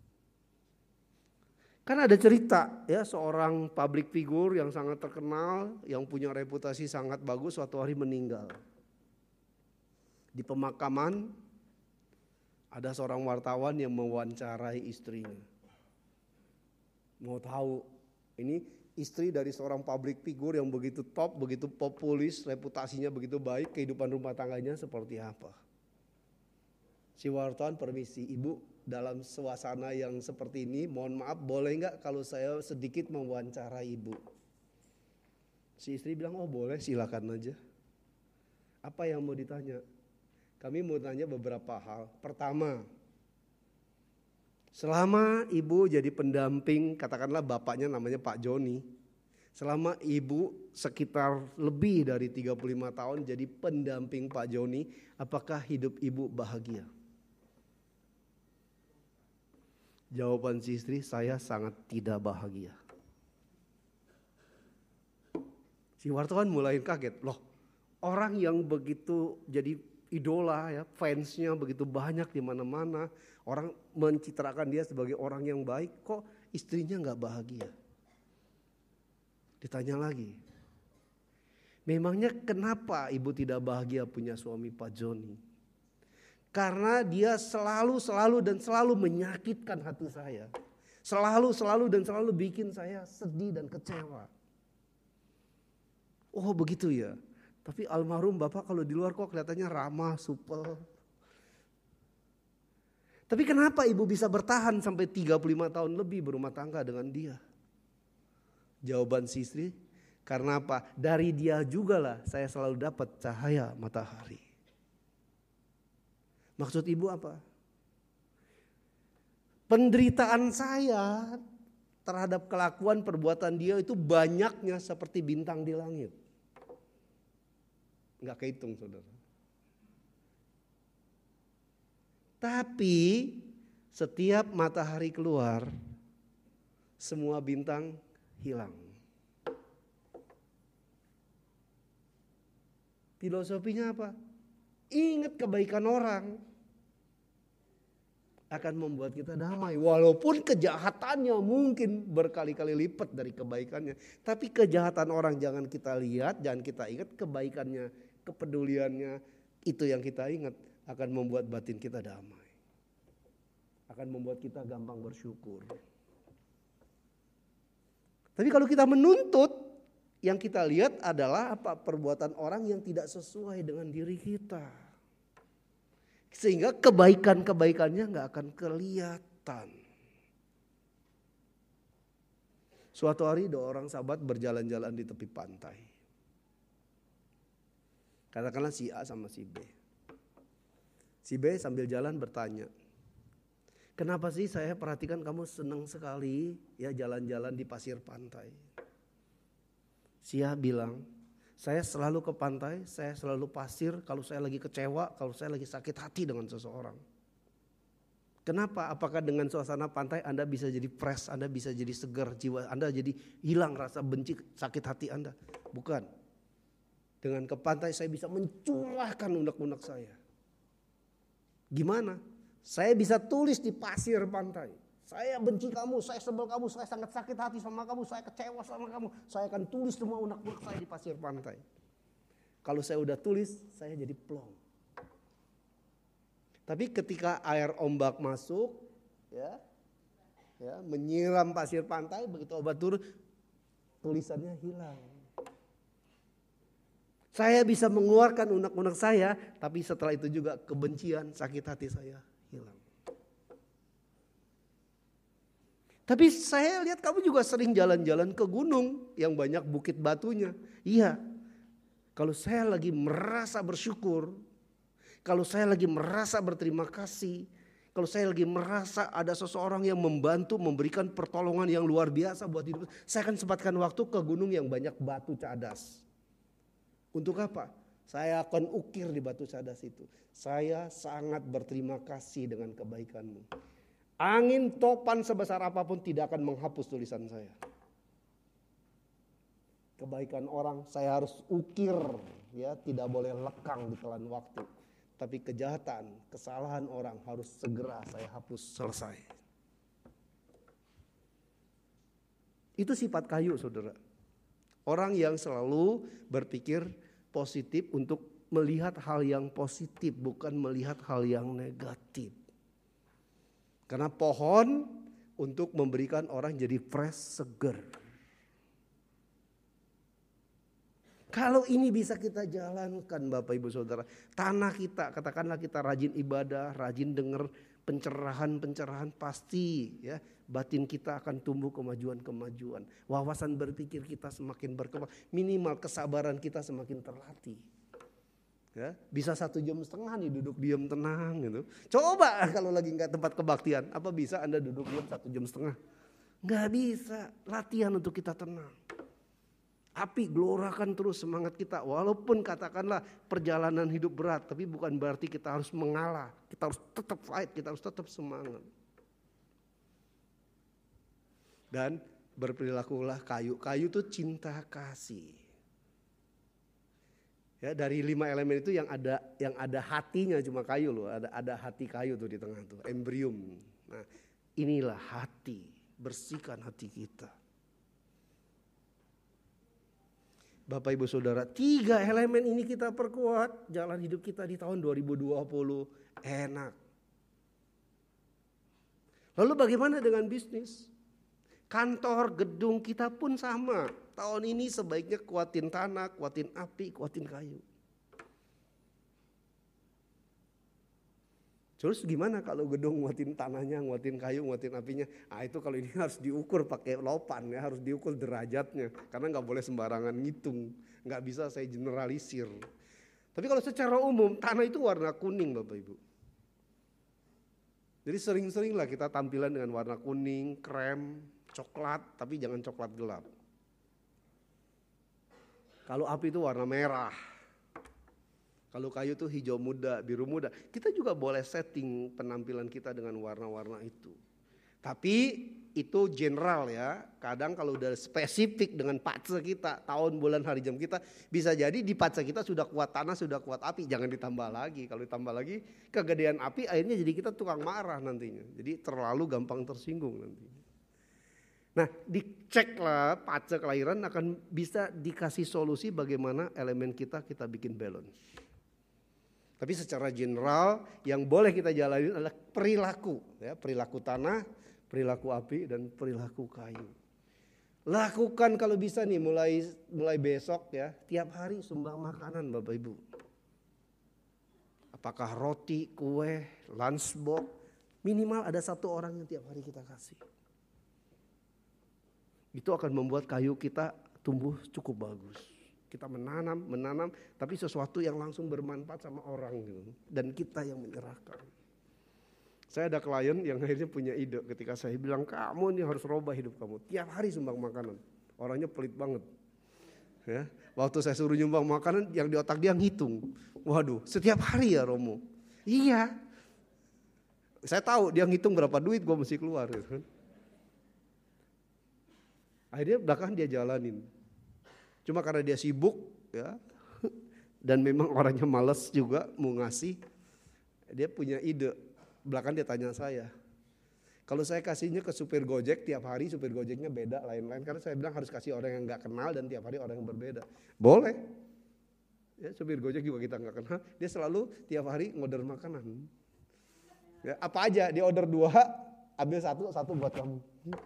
Kan ada cerita ya seorang public figure yang sangat terkenal, yang punya reputasi sangat bagus suatu hari meninggal. Di pemakaman ada seorang wartawan yang mewawancarai istrinya. Mau tahu ini istri dari seorang public figure yang begitu top, begitu populis, reputasinya begitu baik, kehidupan rumah tangganya seperti apa. Si wartawan permisi, ibu dalam suasana yang seperti ini mohon maaf boleh nggak kalau saya sedikit mewawancarai ibu. Si istri bilang oh boleh silakan aja. Apa yang mau ditanya? Kami mau tanya beberapa hal. Pertama, selama ibu jadi pendamping, katakanlah bapaknya namanya Pak Joni. Selama ibu sekitar lebih dari tiga puluh lima tahun jadi pendamping Pak Joni, apakah hidup ibu bahagia? Jawaban si istri, saya sangat tidak bahagia. Si wartawan mulai kaget, loh orang yang begitu jadi idola ya, fansnya begitu banyak di mana-mana, orang mencitrakan dia sebagai orang yang baik, kok istrinya nggak bahagia? Ditanya lagi, memangnya kenapa ibu tidak bahagia punya suami Pak Joni? Karena dia selalu, selalu dan selalu menyakitkan hati saya. Selalu, selalu dan selalu bikin saya sedih dan kecewa. Oh begitu ya. Tapi almarhum bapak kalau di luar kok kelihatannya ramah, supel. Tapi kenapa ibu bisa bertahan sampai tiga puluh lima tahun lebih berumah tangga dengan dia? Jawaban si istri, karena apa? Dari dia juga lah saya selalu dapat cahaya matahari. Maksud ibu apa? Penderitaan saya terhadap kelakuan perbuatan dia itu banyaknya seperti bintang di langit. Enggak kehitung saudara. Tapi setiap matahari keluar, semua bintang hilang. Filosofinya apa? Ingat kebaikan orang akan membuat kita damai. Walaupun kejahatannya mungkin berkali-kali lipat dari kebaikannya. Tapi kejahatan orang jangan kita lihat, jangan kita ingat, kebaikannya, kepeduliannya, itu yang kita ingat akan membuat batin kita damai. akan membuat kita gampang bersyukur. Tapi kalau kita menuntut, yang kita lihat adalah apa? Perbuatan orang yang tidak sesuai dengan diri kita. Sehingga kebaikan-kebaikannya gak akan kelihatan. Suatu hari dua orang sahabat berjalan-jalan di tepi pantai. Katakanlah si A sama si B. Si B sambil jalan bertanya, kenapa sih saya perhatikan kamu senang sekali ya jalan-jalan di pasir pantai. Si A bilang, saya selalu ke pantai, saya selalu pasir kalau saya lagi kecewa, kalau saya lagi sakit hati dengan seseorang. Kenapa? Apakah dengan suasana pantai Anda bisa jadi fresh, Anda bisa jadi segar jiwa, Anda jadi hilang rasa benci, sakit hati Anda? Bukan. Dengan ke pantai saya bisa mencurahkan unek-unek saya. Gimana? Saya bisa tulis di pasir pantai. Saya benci kamu, saya sebel kamu, saya sangat sakit hati sama kamu, saya kecewa sama kamu. Saya akan tulis semua unek-unek saya di pasir pantai. Kalau saya udah tulis, saya jadi plong. Tapi ketika air ombak masuk, ya, ya menyiram pasir pantai, begitu obat turun, tulisannya hilang. Saya bisa mengeluarkan unek-unek saya, tapi setelah itu juga kebencian, sakit hati saya hilang. Tapi saya lihat kamu juga sering jalan-jalan ke gunung yang banyak bukit batunya. Iya, kalau saya lagi merasa bersyukur, kalau saya lagi merasa berterima kasih, kalau saya lagi merasa ada seseorang yang membantu memberikan pertolongan yang luar biasa buat hidup, saya akan sempatkan waktu ke gunung yang banyak batu cadas. Untuk apa? Saya akan ukir di batu cadas itu. Saya sangat berterima kasih dengan kebaikanmu. Angin topan sebesar apapun tidak akan menghapus tulisan saya. Kebaikan orang saya harus ukir, ya, tidak boleh lekang di telan waktu. Tapi kejahatan, kesalahan orang harus segera saya hapus, selesai. Itu sifat kayu, saudara. Orang yang selalu berpikir positif untuk melihat hal yang positif, bukan melihat hal yang negatif. Karena pohon untuk memberikan orang jadi fresh, seger. Kalau ini bisa kita jalankan Bapak Ibu Saudara, tanah kita, katakanlah kita rajin ibadah, rajin dengar pencerahan-pencerahan, pasti ya batin kita akan tumbuh kemajuan-kemajuan. Wawasan berpikir kita semakin berkembang, minimal kesabaran kita semakin terlatih. Ya, bisa satu jam setengah nih duduk diam tenang gitu. Coba kalau lagi nggak tempat kebaktian, apa bisa Anda duduk diam satu jam setengah? Nggak bisa. Latihan untuk kita tenang. Api gelorakan terus semangat kita. Walaupun katakanlah perjalanan hidup berat, tapi bukan berarti kita harus mengalah. Kita harus tetap fight, kita harus tetap semangat. Dan berperilakulah kayu. Kayu itu cinta kasih. Ya, dari lima elemen itu yang ada yang ada hatinya cuma kayu loh. Ada ada hati kayu tuh di tengah tuh, embryum. Nah, inilah hati. Bersihkan hati kita. Bapak Ibu Saudara, tiga elemen ini kita perkuat, jalan hidup kita di tahun dua ribu dua puluh enak. Lalu bagaimana dengan bisnis? Kantor, gedung kita pun sama. Tahun ini sebaiknya kuatin tanah, kuatin api, kuatin kayu. Terus gimana kalau gedung nguatin tanahnya, nguatin kayu, nguatin apinya? Ah itu kalau ini harus diukur pakai lopan ya, harus diukur derajatnya. Karena nggak boleh sembarangan ngitung, nggak bisa saya generalisir. Tapi kalau secara umum tanah itu warna kuning Bapak Ibu. Jadi sering-seringlah kita tampilan dengan warna kuning, krem, coklat, tapi jangan coklat gelap. Kalau api itu warna merah. Kalau kayu itu hijau muda, biru muda. Kita juga boleh setting penampilan kita dengan warna-warna itu. Tapi itu general ya. Kadang kalau udah spesifik dengan patse kita, tahun, bulan, hari, jam kita, bisa jadi di patse kita sudah kuat tanah, sudah kuat api. Jangan ditambah lagi. Kalau ditambah lagi kegedean api akhirnya jadi kita tukang marah nantinya. Jadi terlalu gampang tersinggung nantinya. Nah, diceklah patse kelahiran akan bisa dikasih solusi bagaimana elemen kita kita bikin balance. Tapi secara general yang boleh kita jalani adalah perilaku, ya, perilaku tanah, perilaku api, dan perilaku kayu. Lakukan kalau bisa nih mulai mulai besok ya, tiap hari sumbang makanan Bapak Ibu. Apakah roti, kue, lunchbox, minimal ada satu orang yang tiap hari kita kasih. Itu akan membuat kayu kita tumbuh cukup bagus. Kita menanam, menanam, tapi sesuatu yang langsung bermanfaat sama orang gitu. Dan kita yang menyerahkan. Saya ada klien yang akhirnya punya ide ketika saya bilang, kamu nih harus rubah hidup kamu. Tiap hari sumbang makanan. Orangnya pelit banget. Ya, waktu saya suruh nyumbang makanan, yang di otak dia ngitung. Waduh, setiap hari ya Romo? Iya. Saya tahu dia ngitung berapa duit gue mesti keluar. Gitu. Akhirnya belakangan dia jalanin. Cuma karena dia sibuk ya, dan memang orangnya malas juga mau ngasih, dia punya ide. Belakangan dia tanya saya, kalau saya kasihnya ke supir Gojek tiap hari, supir Gojeknya beda lain-lain. Karena saya bilang harus kasih orang yang gak kenal dan tiap hari orang yang berbeda. Boleh. Ya, supir Gojek juga kita gak kenal, dia selalu tiap hari ngorder makanan. Ya, apa aja, dia order dua, ambil satu, satu buat kamu.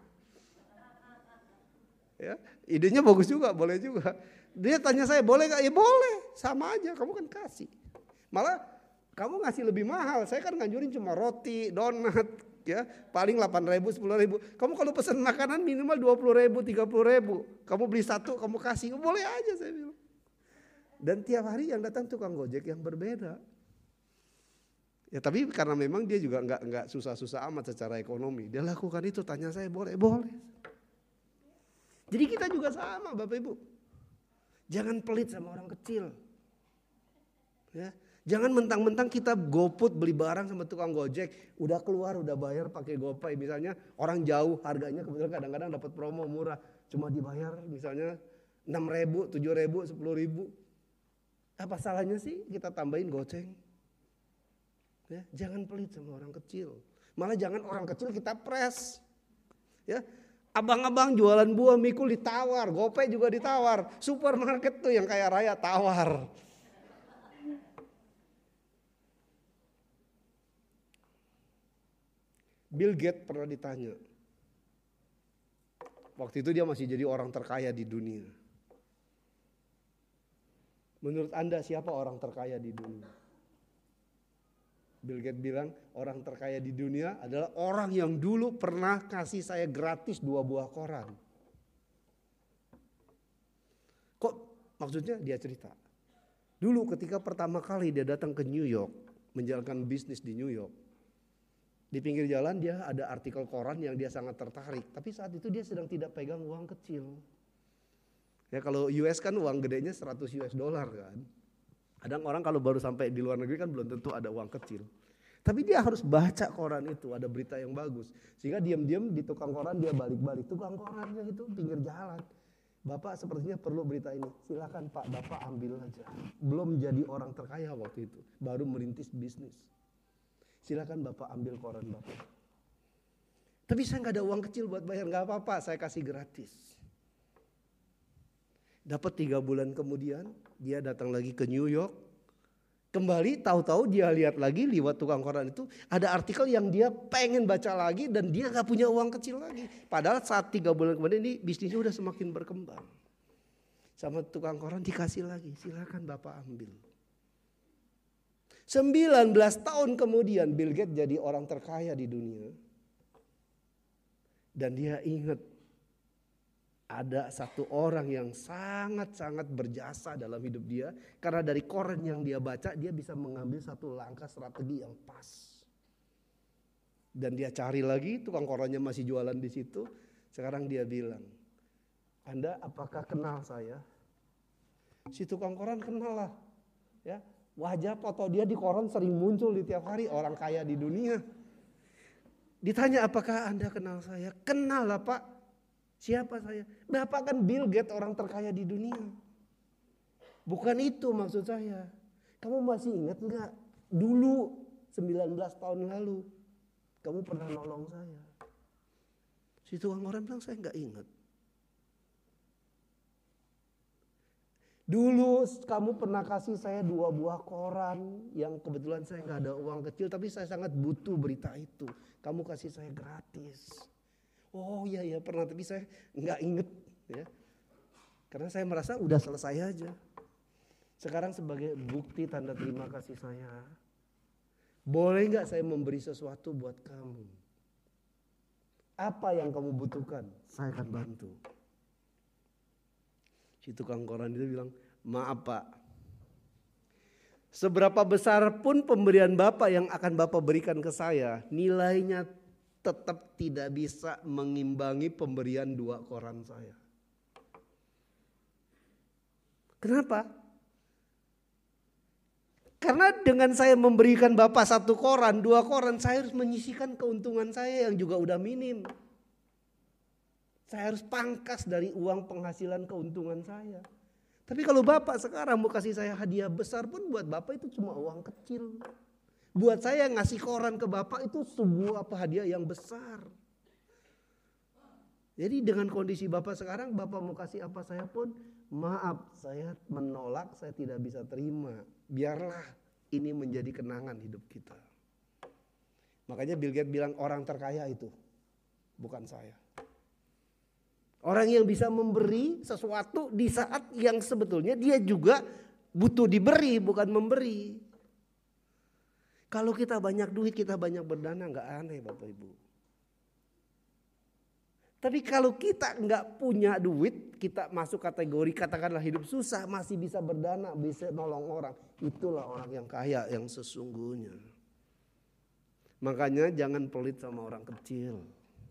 Ya, idenya bagus juga, boleh juga. Dia tanya saya, boleh gak? Ya boleh, sama aja, kamu kan kasih. Malah kamu ngasih lebih mahal, saya kan nganjurin cuma roti, donat, ya paling delapan ribu, sepuluh ribu. Kamu kalau pesan makanan minimal dua puluh ribu, tiga puluh ribu. Kamu beli satu, kamu kasih, boleh aja saya bilang. Dan tiap hari yang datang tukang Gojek yang berbeda. Ya tapi karena memang dia juga nggak nggak susah-susah amat secara ekonomi. Dia lakukan itu, tanya saya boleh, boleh. Jadi kita juga sama Bapak Ibu. Jangan pelit sama orang kecil. Ya. Jangan mentang-mentang kita GoFood beli barang sama tukang Gojek, udah keluar, udah bayar pakai GoPay. Misalnya orang jauh, harganya kebetulan kadang-kadang dapat promo murah, cuma dibayar misalnya enam ribu, tujuh ribu, sepuluh ribu. Apa salahnya sih kita tambahin goceng? Ya, jangan pelit sama orang kecil. Malah jangan orang kecil kita pres. Ya, abang-abang jualan buah mikul ditawar, GoPay juga ditawar, supermarket tuh yang kaya raya tawar. Bill Gates pernah ditanya, waktu itu dia masih jadi orang terkaya di dunia. Menurut Anda siapa orang terkaya di dunia? Bill Gates bilang orang terkaya di dunia adalah orang yang dulu pernah kasih saya gratis dua buah koran. Kok maksudnya dia cerita? Dulu ketika pertama kali dia datang ke New York, menjalankan bisnis di New York. Di pinggir jalan dia ada artikel koran yang dia sangat tertarik. Tapi saat itu dia sedang tidak pegang uang kecil. Ya kalau U S kan uang gedenya seratus U S dollar kan. Kadang orang kalau baru sampai di luar negeri kan belum tentu ada uang kecil. Tapi dia harus baca koran itu, ada berita yang bagus. Sehingga diam-diam di tukang koran dia balik-balik. Tukang korannya itu pinggir jalan. Bapak sepertinya perlu berita ini. Silakan Pak, Bapak ambil aja. Belum jadi orang terkaya waktu itu. Baru merintis bisnis. Silakan Bapak ambil koran Bapak. Tapi saya nggak ada uang kecil buat bayar, nggak apa-apa, saya kasih gratis. Dapat tiga bulan kemudian dia datang lagi ke New York. Kembali tahu-tahu dia lihat lagi lewat tukang koran itu ada artikel yang dia pengen baca lagi dan dia nggak punya uang kecil lagi. Padahal saat tiga bulan kemudian ini bisnisnya udah semakin berkembang. Sama tukang koran dikasih lagi, silakan Bapak ambil. sembilan belas tahun kemudian Bill Gates jadi orang terkaya di dunia. Dan dia ingat ada satu orang yang sangat-sangat berjasa dalam hidup dia. Karena dari koran yang dia baca dia bisa mengambil satu langkah strategi yang pas. Dan dia cari lagi, tukang korannya masih jualan di situ. Sekarang dia bilang, Anda apakah kenal saya? Si tukang koran kenal lah. Ya. Wajah foto dia di koran sering muncul di tiap hari, orang kaya di dunia. Ditanya apakah Anda kenal saya? Kenal lah Pak. Siapa saya? Bapak kan Bill Gates, orang terkaya di dunia. Bukan itu maksud saya. Kamu masih ingat enggak? Dulu sembilan belas tahun lalu kamu pernah nolong saya. Si tukang koran bilang saya enggak ingat. Dulu kamu pernah kasih saya dua buah koran yang kebetulan saya nggak ada uang kecil, tapi saya sangat butuh berita itu. Kamu kasih saya gratis. Oh iya ya pernah, tapi saya nggak inget ya. Karena saya merasa udah selesai aja. Sekarang sebagai bukti tanda terima kasih saya, boleh nggak saya memberi sesuatu buat kamu? Apa yang kamu butuhkan, saya akan bantu. Si tukang koran itu bilang, maaf Pak, seberapa besar pun pemberian Bapak yang akan Bapak berikan ke saya, nilainya tetap tidak bisa mengimbangi pemberian dua koran saya. Kenapa? Karena dengan saya memberikan Bapak satu koran, dua koran, saya harus menyisihkan keuntungan saya yang juga udah minim. Saya harus pangkas dari uang penghasilan keuntungan saya. Tapi kalau Bapak sekarang mau kasih saya hadiah besar pun buat Bapak itu cuma uang kecil. Buat saya ngasih koran ke Bapak itu sebuah hadiah yang besar. Jadi dengan kondisi Bapak sekarang, Bapak mau kasih apa saya pun, maaf saya menolak, saya tidak bisa terima. Biarlah ini menjadi kenangan hidup kita. Makanya Bill Gates bilang orang terkaya itu bukan saya. Orang yang bisa memberi sesuatu di saat yang sebetulnya dia juga butuh diberi, bukan memberi. Kalau kita banyak duit, kita banyak berdana, nggak aneh Bapak Ibu. Tapi kalau kita nggak punya duit, kita masuk kategori katakanlah hidup susah, masih bisa berdana, bisa nolong orang. Itulah orang yang kaya yang sesungguhnya. Makanya jangan pelit sama orang kecil.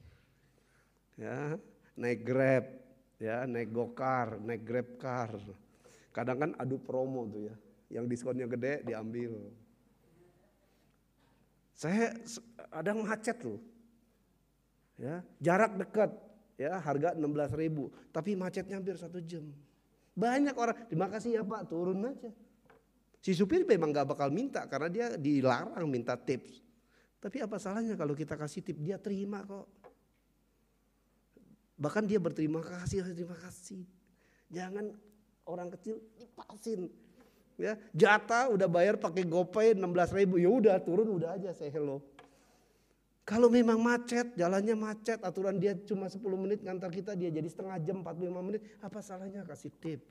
Ya. Naik Grab, ya, naik Gokar, naik Grab Car. Kadang kan adu promo tuh ya, yang diskonnya gede diambil. Saya ada macet loh, ya, jarak dekat, ya, harga enam belas ribu, tapi macetnya hampir satu jam. Banyak orang, terima kasih ya Pak, turun aja. Si supir memang gak bakal minta karena dia dilarang minta tips. Tapi apa salahnya kalau kita kasih tip, dia terima kok. Bahkan dia berterima kasih, terima kasih. Jangan orang kecil dipasin. Ya, jatah udah bayar pakai GoPay enam belas ribu, ya udah turun udah aja say hello. Kalau memang macet, jalannya macet, aturan dia cuma sepuluh menit ngantar kita, dia jadi setengah jam, empat puluh lima menit, apa salahnya kasih tips?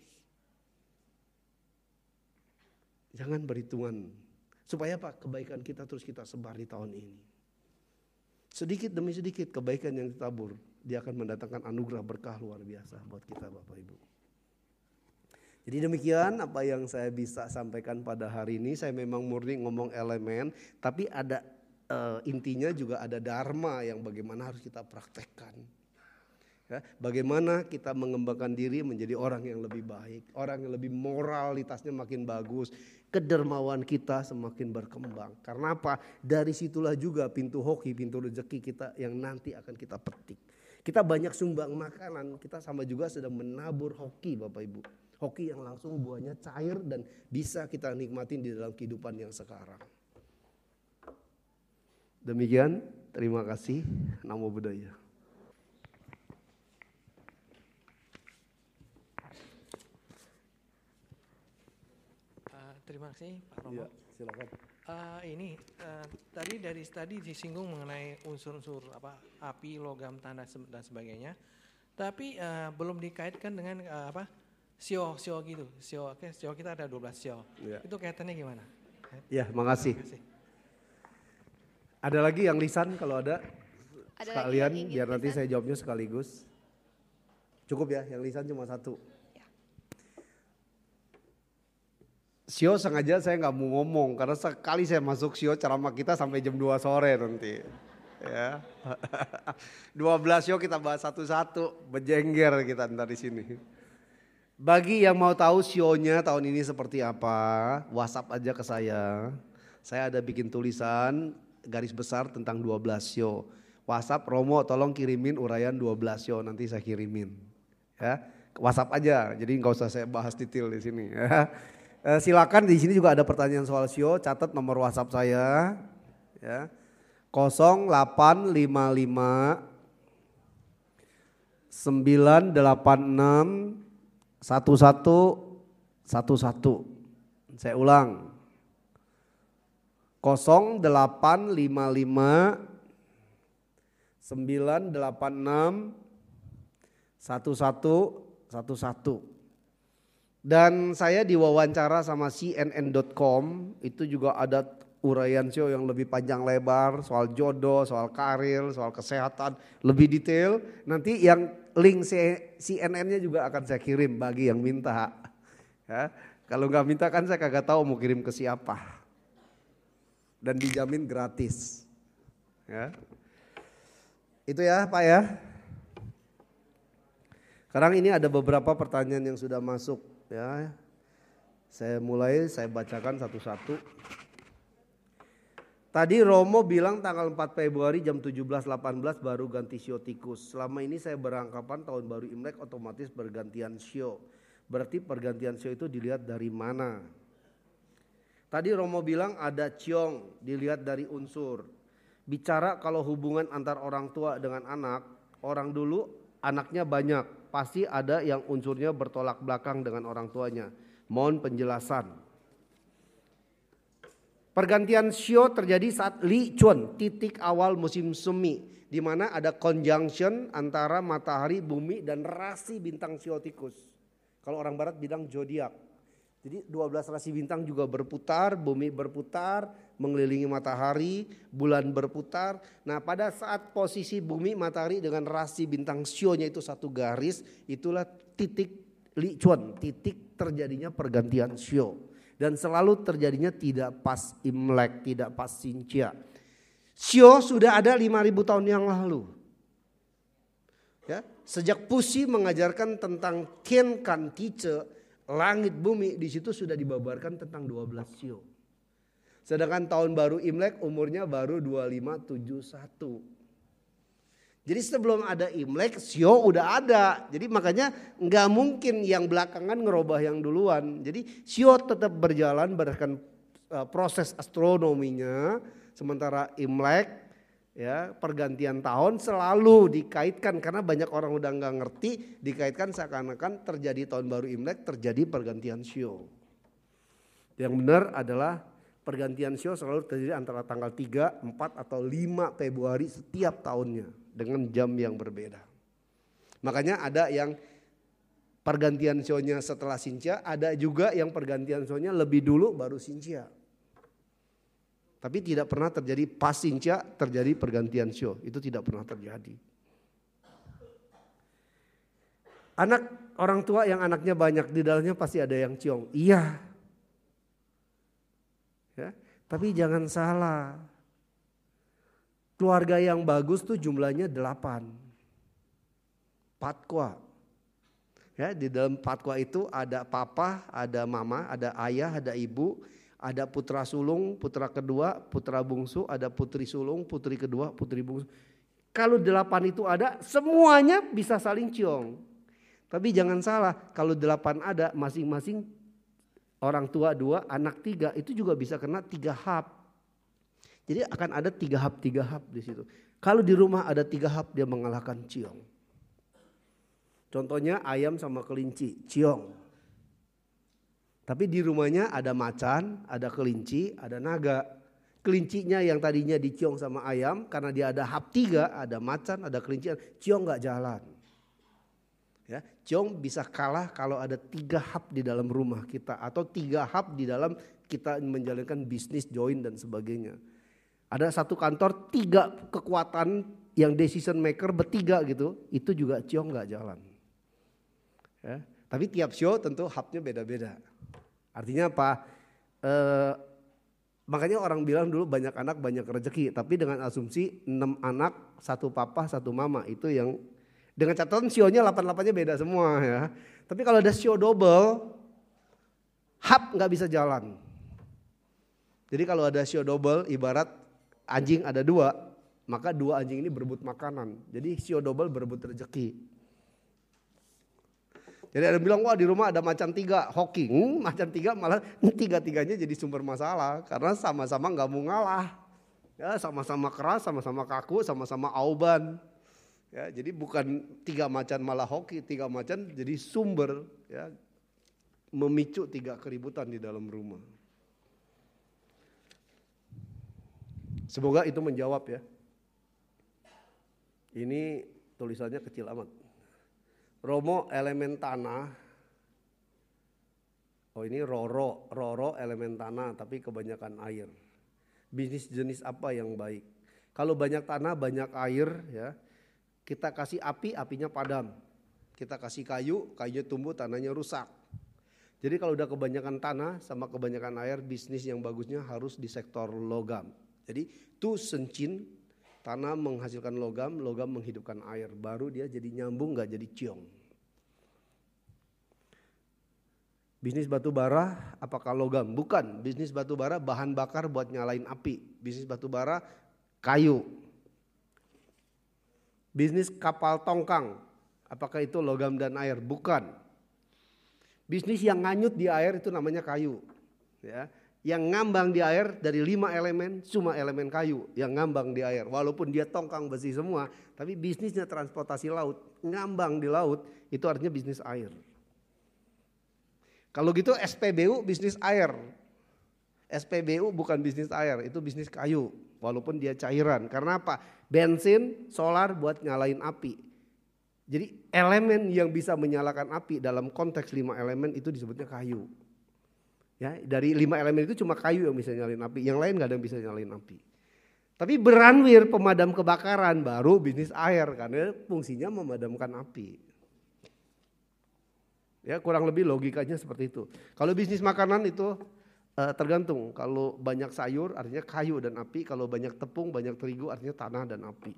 Jangan berhitungan. Supaya apa? Kebaikan kita terus kita sebar di tahun ini. Sedikit demi sedikit kebaikan yang ditabur, dia akan mendatangkan anugerah berkah luar biasa buat kita Bapak Ibu. Jadi demikian apa yang saya bisa sampaikan pada hari ini. Saya memang murni ngomong elemen, tapi ada uh, intinya juga ada dharma yang bagaimana harus kita praktekkan. Ya, bagaimana kita mengembangkan diri menjadi orang yang lebih baik, orang yang lebih moralitasnya makin bagus, kedermawan kita semakin berkembang. Karena apa? Dari situlah juga pintu hoki, pintu rezeki kita yang nanti akan kita petik. Kita banyak sumbang makanan, kita sama juga sedang menabur hoki Bapak Ibu. Hoki yang langsung buahnya cair dan bisa kita nikmatin di dalam kehidupan yang sekarang. Demikian, terima kasih. Namo Buddhaya. Terima kasih Pak Romo. Ya, silakan. Uh, ini uh, tadi dari tadi disinggung mengenai unsur-unsur apa api, logam, tanah dan sebagainya. Tapi uh, belum dikaitkan dengan uh, apa sio sio gitu. Sio, oke, sio kita ada dua belas sio. Ya. Itu kaitannya gimana? Ya, makasih. Terima kasih. Ada lagi yang lisan kalau ada? Ada sekalian yang biar nanti lisan? Saya jawabnya sekaligus. Cukup ya, yang lisan cuma satu. Sio sengaja saya nggak mau ngomong karena sekali saya masuk Sio ceramah kita sampai jam dua sore nanti. Ya. dua belas Sio kita bahas satu-satu, bejengger kita ntar di sini. Bagi yang mau tahu Sionya tahun ini seperti apa, WhatsApp aja ke saya. Saya ada bikin tulisan garis besar tentang dua belas Sio. WhatsApp Romo tolong kirimin uraian dua belas Sio, nanti saya kirimin. Ya, WhatsApp aja. Jadi nggak usah saya bahas detail di sini ya. Eh, silakan di sini juga ada pertanyaan soal Sio, catat nomor WhatsApp saya ya. nol delapan lima lima sembilan delapan enam satu satu satu-satu. Saya ulang. nol delapan lima lima sembilan delapan enam satu satu satu satu. Dan saya diwawancara sama C N N dot com, itu juga ada uraian show yang lebih panjang lebar soal jodoh, soal karir, soal kesehatan, lebih detail. Nanti yang link C N N-nya juga akan saya kirim bagi yang minta. Ya, kalau nggak minta kan saya kagak tahu mau kirim ke siapa. Dan dijamin gratis. Ya. Itu ya Pak ya. Sekarang ini ada beberapa pertanyaan yang sudah masuk ya. Saya mulai, saya bacakan satu-satu. Tadi Romo bilang tanggal empat Februari jam tujuh belas delapan belas baru ganti sio tikus. Selama ini saya beranggapan tahun baru Imlek otomatis bergantian sio. Berarti pergantian sio itu dilihat dari mana? Tadi Romo bilang ada ciong, dilihat dari unsur. Bicara kalau hubungan antar orang tua dengan anak, orang dulu anaknya banyak, pasti ada yang unsurnya bertolak belakang dengan orang tuanya. Mohon penjelasan. Pergantian sio terjadi saat Li Chun, titik awal musim semi, di mana ada conjunction antara matahari, bumi dan rasi bintang sio tikus. Kalau orang barat bilang zodiak. Jadi dua belas rasi bintang juga berputar, bumi berputar, mengelilingi matahari, bulan berputar. Nah pada saat posisi bumi, matahari dengan rasi bintang sionya itu satu garis, itulah titik Li Chun, titik terjadinya pergantian sio. Dan selalu terjadinya tidak pas Imlek, tidak pas Xinjia. Sio sudah ada lima ribu tahun yang lalu. Ya, sejak Puxi mengajarkan tentang Tian Kan Tice, langit bumi, di situ sudah dibabarkan tentang dua belas sio. Sedangkan tahun baru Imlek umurnya baru dua lima tujuh satu. Jadi sebelum ada Imlek sio udah ada. Jadi makanya nggak mungkin yang belakangan ngerubah yang duluan. Jadi sio tetap berjalan berdasarkan uh, proses astronominya. Sementara Imlek ya pergantian tahun selalu dikaitkan karena banyak orang udah nggak ngerti, dikaitkan seakan-akan terjadi tahun baru Imlek terjadi pergantian sio. Yang benar adalah pergantian sio selalu terjadi antara tanggal tiga, empat atau lima Februari setiap tahunnya dengan jam yang berbeda. Makanya ada yang pergantian sionya setelah Xinjia, ada juga yang pergantian sionya lebih dulu baru Xinjia. Tapi tidak pernah terjadi pas Xinjia terjadi pergantian sio, itu tidak pernah terjadi. Anak orang tua yang anaknya banyak di dalamnya pasti ada yang ciong. Iya. Ya, tapi jangan salah. Keluarga yang bagus tuh jumlahnya delapan. Patkwa. Ya, di dalam patkwa itu ada papa, ada mama, ada ayah, ada ibu. Ada putra sulung, putra kedua, putra bungsu, ada putri sulung, putri kedua, putri bungsu. Kalau delapan itu ada, semuanya bisa saling ciong. Tapi jangan salah, kalau delapan ada, masing-masing orang tua dua, anak tiga, itu juga bisa kena tiga hap. Jadi akan ada tiga hap, tiga hap di situ. Kalau di rumah ada tiga hap, dia mengalahkan ciong. Contohnya ayam sama kelinci, ciong. Tapi di rumahnya ada macan, ada kelinci, ada naga. Kelincinya yang tadinya diciong sama ayam karena dia ada hap tiga, ada macan, ada kelinci, ciong gak jalan. Ya, ciong bisa kalah kalau ada tiga hap di dalam rumah kita atau tiga hap di dalam kita menjalankan bisnis join dan sebagainya. Ada satu kantor tiga kekuatan yang decision maker bertiga gitu, itu juga ciong gak jalan. Ya, tapi tiap show tentu hapnya beda-beda. Artinya apa? E, makanya orang bilang dulu banyak anak banyak rezeki. Tapi dengan asumsi enam anak satu papa satu mama itu yang dengan catatan sionya delapan-delapannya beda semua ya. Tapi kalau ada sio double, hap nggak bisa jalan. Jadi kalau ada sio double ibarat anjing ada dua, maka dua anjing ini berebut makanan. Jadi sio double berebut rezeki. Jadi ada yang bilang wah di rumah ada macan tiga, hoki. Hmm, macan tiga malah tiga-tiganya jadi sumber masalah karena sama-sama nggak mau ngalah. Ya sama-sama keras, sama-sama kaku, sama-sama auban. Ya jadi bukan tiga macan malah hoki, tiga macan jadi sumber. Ya. memicu tiga keributan di dalam rumah. Semoga itu menjawab ya. Ini tulisannya kecil amat. Romo elemen tanah. Oh ini Roro, Roro elemen tanah tapi kebanyakan air. Bisnis jenis apa yang baik? Kalau banyak tanah, banyak air ya. Kita kasih api, apinya padam. Kita kasih kayu, kayunya tumbuh, tanahnya rusak. Jadi kalau udah kebanyakan tanah sama kebanyakan air, bisnis yang bagusnya harus di sektor logam. Jadi tu sencin, tanah menghasilkan logam, logam menghidupkan air. Baru dia jadi nyambung, gak jadi ciong. Bisnis batu bara apakah logam? Bukan, bisnis batu bara bahan bakar buat nyalain api. Bisnis batu bara kayu. Bisnis kapal tongkang, apakah itu logam dan air? Bukan. Bisnis yang nganyut di air itu namanya kayu. Ya. Yang ngambang di air dari lima elemen cuma elemen kayu yang ngambang di air. Walaupun dia tongkang besi semua, tapi bisnisnya transportasi laut, ngambang di laut, itu artinya bisnis air. Kalau gitu S P B U bisnis air. S P B U bukan bisnis air, itu bisnis kayu. Walaupun dia cairan. Karena apa? Bensin, solar buat nyalain api. Jadi elemen yang bisa menyalakan api dalam konteks lima elemen itu disebutnya kayu. Ya, dari lima elemen itu cuma kayu yang bisa nyalain api. Yang lain gak ada yang bisa nyalain api. Tapi beranwir pemadam kebakaran baru bisnis air. Karena fungsinya memadamkan api. Ya kurang lebih logikanya seperti itu. Kalau bisnis makanan itu uh, tergantung. Kalau banyak sayur artinya kayu dan api. Kalau banyak tepung, banyak terigu artinya tanah dan api.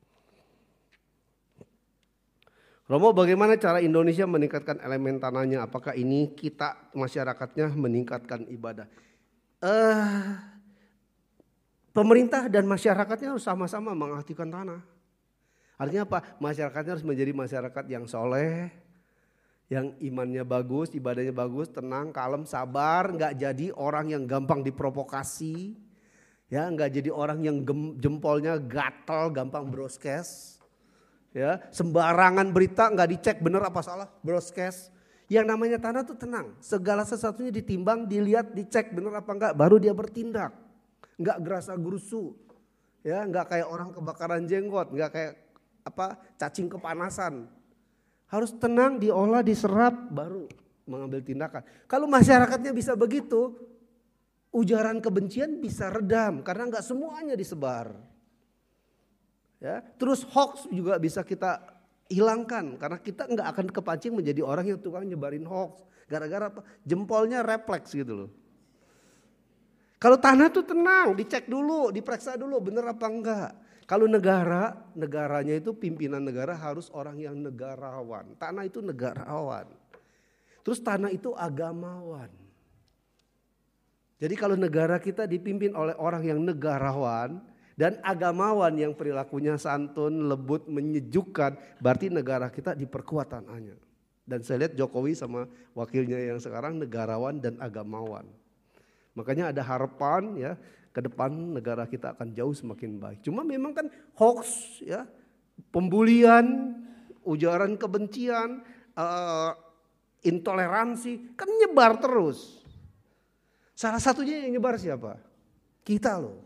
Romo, bagaimana cara Indonesia meningkatkan elemen tanahnya? Apakah ini kita masyarakatnya meningkatkan ibadah? Uh, pemerintah dan masyarakatnya harus sama-sama mengaktifkan tanah. Artinya apa? Masyarakatnya harus menjadi masyarakat yang soleh, yang imannya bagus, ibadahnya bagus, tenang, kalem, sabar, nggak jadi orang yang gampang diprovokasi, ya, nggak jadi orang yang gem, jempolnya gatel, gampang broadcast, ya, sembarangan berita nggak dicek bener apa salah, broadcast. Yang namanya tanah tuh tenang, segala sesuatunya ditimbang, dilihat, dicek bener apa enggak, baru dia bertindak, nggak gerasa gerusu, ya, nggak kayak orang kebakaran jenggot, nggak kayak apa cacing kepanasan. Harus tenang, diolah, diserap, baru mengambil tindakan. Kalau masyarakatnya bisa begitu, ujaran kebencian bisa redam karena nggak semuanya disebar. Ya, terus hoax juga bisa kita hilangkan karena kita nggak akan kepancing menjadi orang yang tukang nyebarin hoax. Gara-gara apa? Jempolnya refleks gitu loh. Kalau tanah tuh tenang, dicek dulu, diperiksa dulu, bener apa enggak. Kalau negara, negaranya itu pimpinan negara harus orang yang negarawan. Tanah itu negarawan. Terus tanah itu agamawan. Jadi kalau negara kita dipimpin oleh orang yang negarawan dan agamawan yang perilakunya santun, lembut, menyejukkan, berarti negara kita diperkuat tanahnya. Dan saya lihat Jokowi sama wakilnya yang sekarang negarawan dan agamawan. Makanya ada harapan ya. Ke depan negara kita akan jauh semakin baik. Cuma memang kan hoax, ya, pembulian, ujaran kebencian, uh, intoleransi kan nyebar terus. Salah satunya yang nyebar siapa? Kita loh.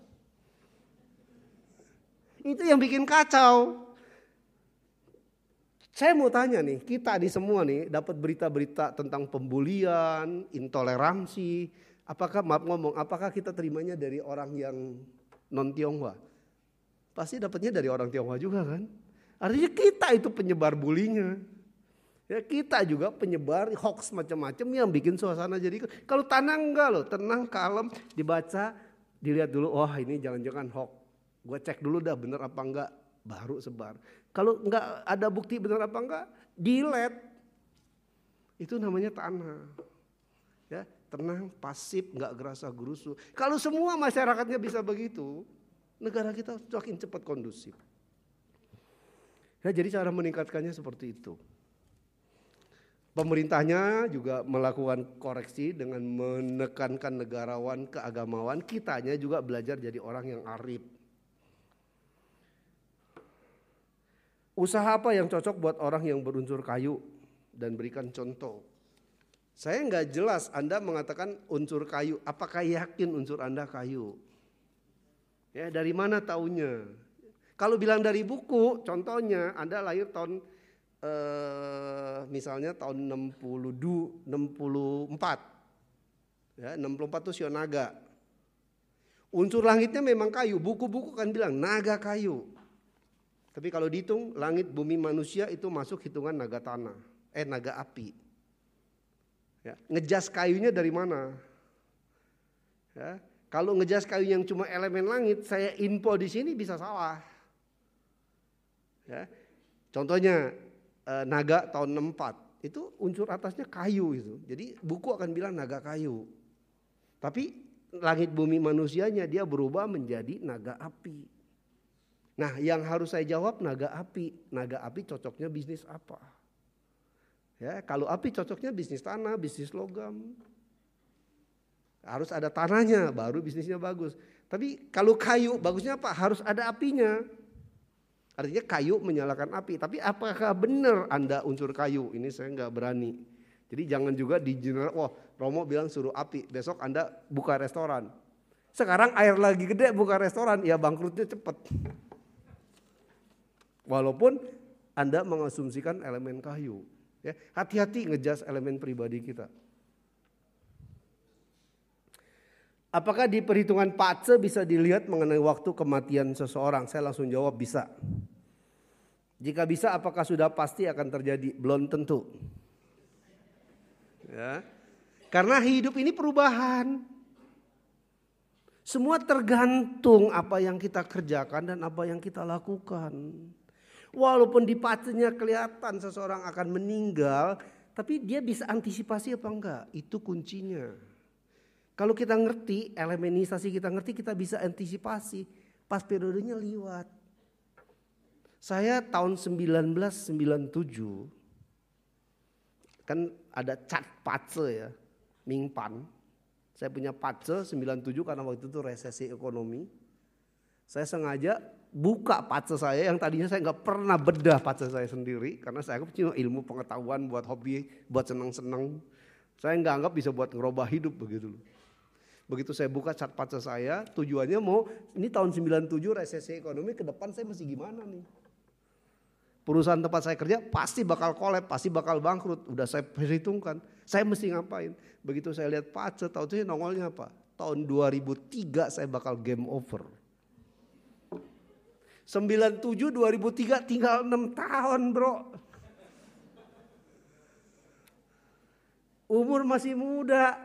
Itu yang bikin kacau. Saya mau tanya nih, kita di semua nih dapat berita-berita tentang pembulian, intoleransi. Apakah maaf ngomong, apakah kita terimanya dari orang yang non Tionghoa? Pasti dapatnya dari orang Tionghoa juga kan? Artinya kita itu penyebar bulinya. Ya, kita juga penyebar hoax macam-macam yang bikin suasana jadi. Kalau tanah enggak loh, tenang, kalem, dibaca, dilihat dulu. Wah, ini jangan-jangan hoax. Gue cek dulu dah bener apa enggak, baru sebar. Kalau enggak ada bukti bener apa enggak, delete. Itu namanya tanah. Ya. Tenang, pasif, nggak gerasa gerusu. Kalau semua masyarakatnya bisa begitu, negara kita semakin cepat kondusif. Ya, jadi cara meningkatkannya seperti itu. Pemerintahnya juga melakukan koreksi dengan menekankan negarawan, keagamawan. Kitanya juga belajar jadi orang yang arif. Usaha apa yang cocok buat orang yang berunsur kayu dan berikan contoh. Saya nggak jelas Anda mengatakan unsur kayu. Apakah yakin unsur Anda kayu? Ya, dari mana taunya? Kalau bilang dari buku, contohnya Anda lahir tahun eh, misalnya tahun enam puluh dua, enam puluh empat. Ya, enam puluh empat itu sio naga. Unsur langitnya memang kayu. Buku-buku kan bilang naga kayu. Tapi kalau dihitung langit bumi manusia itu masuk hitungan naga tanah, eh naga api. Ya, ngejas kayunya dari mana? Ya, kalau ngejas kayu yang cuma elemen langit, saya info di sini bisa salah. Ya, contohnya eh, naga tahun enam puluh empat itu unsur atasnya kayu itu. Jadi buku akan bilang naga kayu. Tapi langit bumi manusianya dia berubah menjadi naga api. Nah, yang harus saya jawab naga api. Naga api cocoknya bisnis apa? Ya, kalau api cocoknya bisnis tanah, bisnis logam. Harus ada tanahnya baru bisnisnya bagus. Tapi kalau kayu bagusnya apa? Harus ada apinya. Artinya kayu menyalakan api. Tapi apakah benar Anda unsur kayu? Ini saya nggak berani. Jadi jangan juga di general, wah Romo bilang suruh api. Besok Anda buka restoran. Sekarang air lagi gede buka restoran, ya bangkrutnya cepat. Walaupun Anda mengasumsikan elemen kayu. Ya, hati-hati ngejas elemen pribadi kita. Apakah di perhitungan Pace bisa dilihat mengenai waktu kematian seseorang? Saya langsung jawab bisa. Jika bisa, apakah sudah pasti akan terjadi? Belum tentu. Ya. Karena hidup ini perubahan. Semua tergantung apa yang kita kerjakan dan apa yang kita lakukan. Walaupun di Pacenya kelihatan seseorang akan meninggal, tapi dia bisa antisipasi apa enggak? Itu kuncinya. Kalau kita ngerti, elemenisasi kita ngerti, kita bisa antisipasi. Pas periodenya liwat. Saya tahun seribu sembilan ratus sembilan puluh tujuh, kan ada cat Pace ya, Mingpan. Saya punya Pace sembilan puluh tujuh karena waktu itu resesi ekonomi. Saya sengaja buka Pace saya yang tadinya saya nggak pernah bedah Pace saya sendiri. Karena saya punya ilmu pengetahuan buat hobi, buat senang-senang. Saya nggak anggap bisa buat ngerubah hidup begitu. Begitu saya buka cat Pace saya, tujuannya mau ini tahun sembilan puluh tujuh resesi ekonomi, ke depan saya mesti gimana nih. Perusahaan tempat saya kerja pasti bakal kolab, pasti bakal bangkrut. Udah saya perhitungkan, saya mesti ngapain. Begitu saya lihat Pace, tahu itu nongolnya apa? Tahun dua ribu tiga saya bakal game over. sembilan puluh tujuh dua ribu tiga tinggal enam tahun bro. Umur masih muda.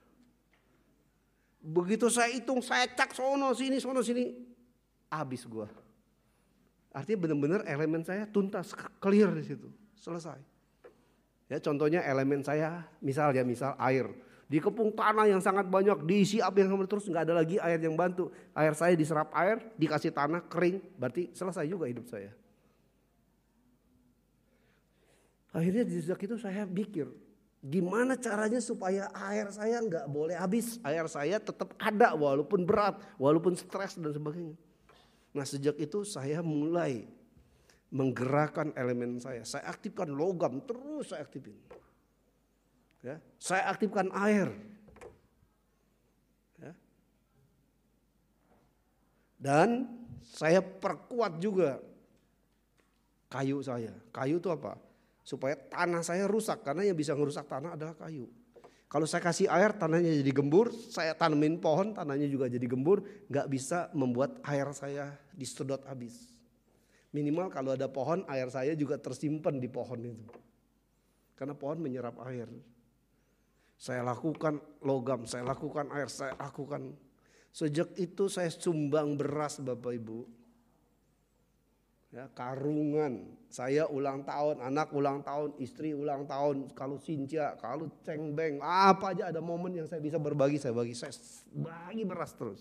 Begitu saya hitung, saya cak sono sini, sono sini. Habis gua. Artinya benar-benar elemen saya tuntas, clear di situ, selesai. Ya contohnya elemen saya, misal ya misal air, dikepung tanah yang sangat banyak, diisi api yang terus nggak ada lagi air yang bantu. Air saya diserap air, dikasih tanah kering, berarti selesai juga hidup saya. Akhirnya di sejak itu saya pikir, gimana caranya supaya air saya nggak boleh habis, air saya tetap ada walaupun berat, walaupun stres dan sebagainya. Nah sejak itu saya mulai menggerakkan elemen saya. Saya aktifkan logam, terus saya aktifin. Ya, saya aktifkan air. Ya. Dan saya perkuat juga kayu saya. Kayu itu apa? Supaya tanah saya rusak, karena yang bisa merusak tanah adalah kayu. Kalau saya kasih air, tanahnya jadi gembur, saya tanemin pohon, tanahnya juga jadi gembur, gak bisa membuat air saya disedot habis. Minimal kalau ada pohon, air saya juga tersimpan di pohon itu. Karena pohon menyerap air. Saya lakukan logam, saya lakukan air, saya lakukan. Sejak itu saya sumbang beras Bapak Ibu. Ya, karungan, saya ulang tahun, anak ulang tahun, istri ulang tahun, kalau Sinja, kalau Cengbeng, apa aja ada momen yang saya bisa berbagi, saya bagi, saya bagi beras terus.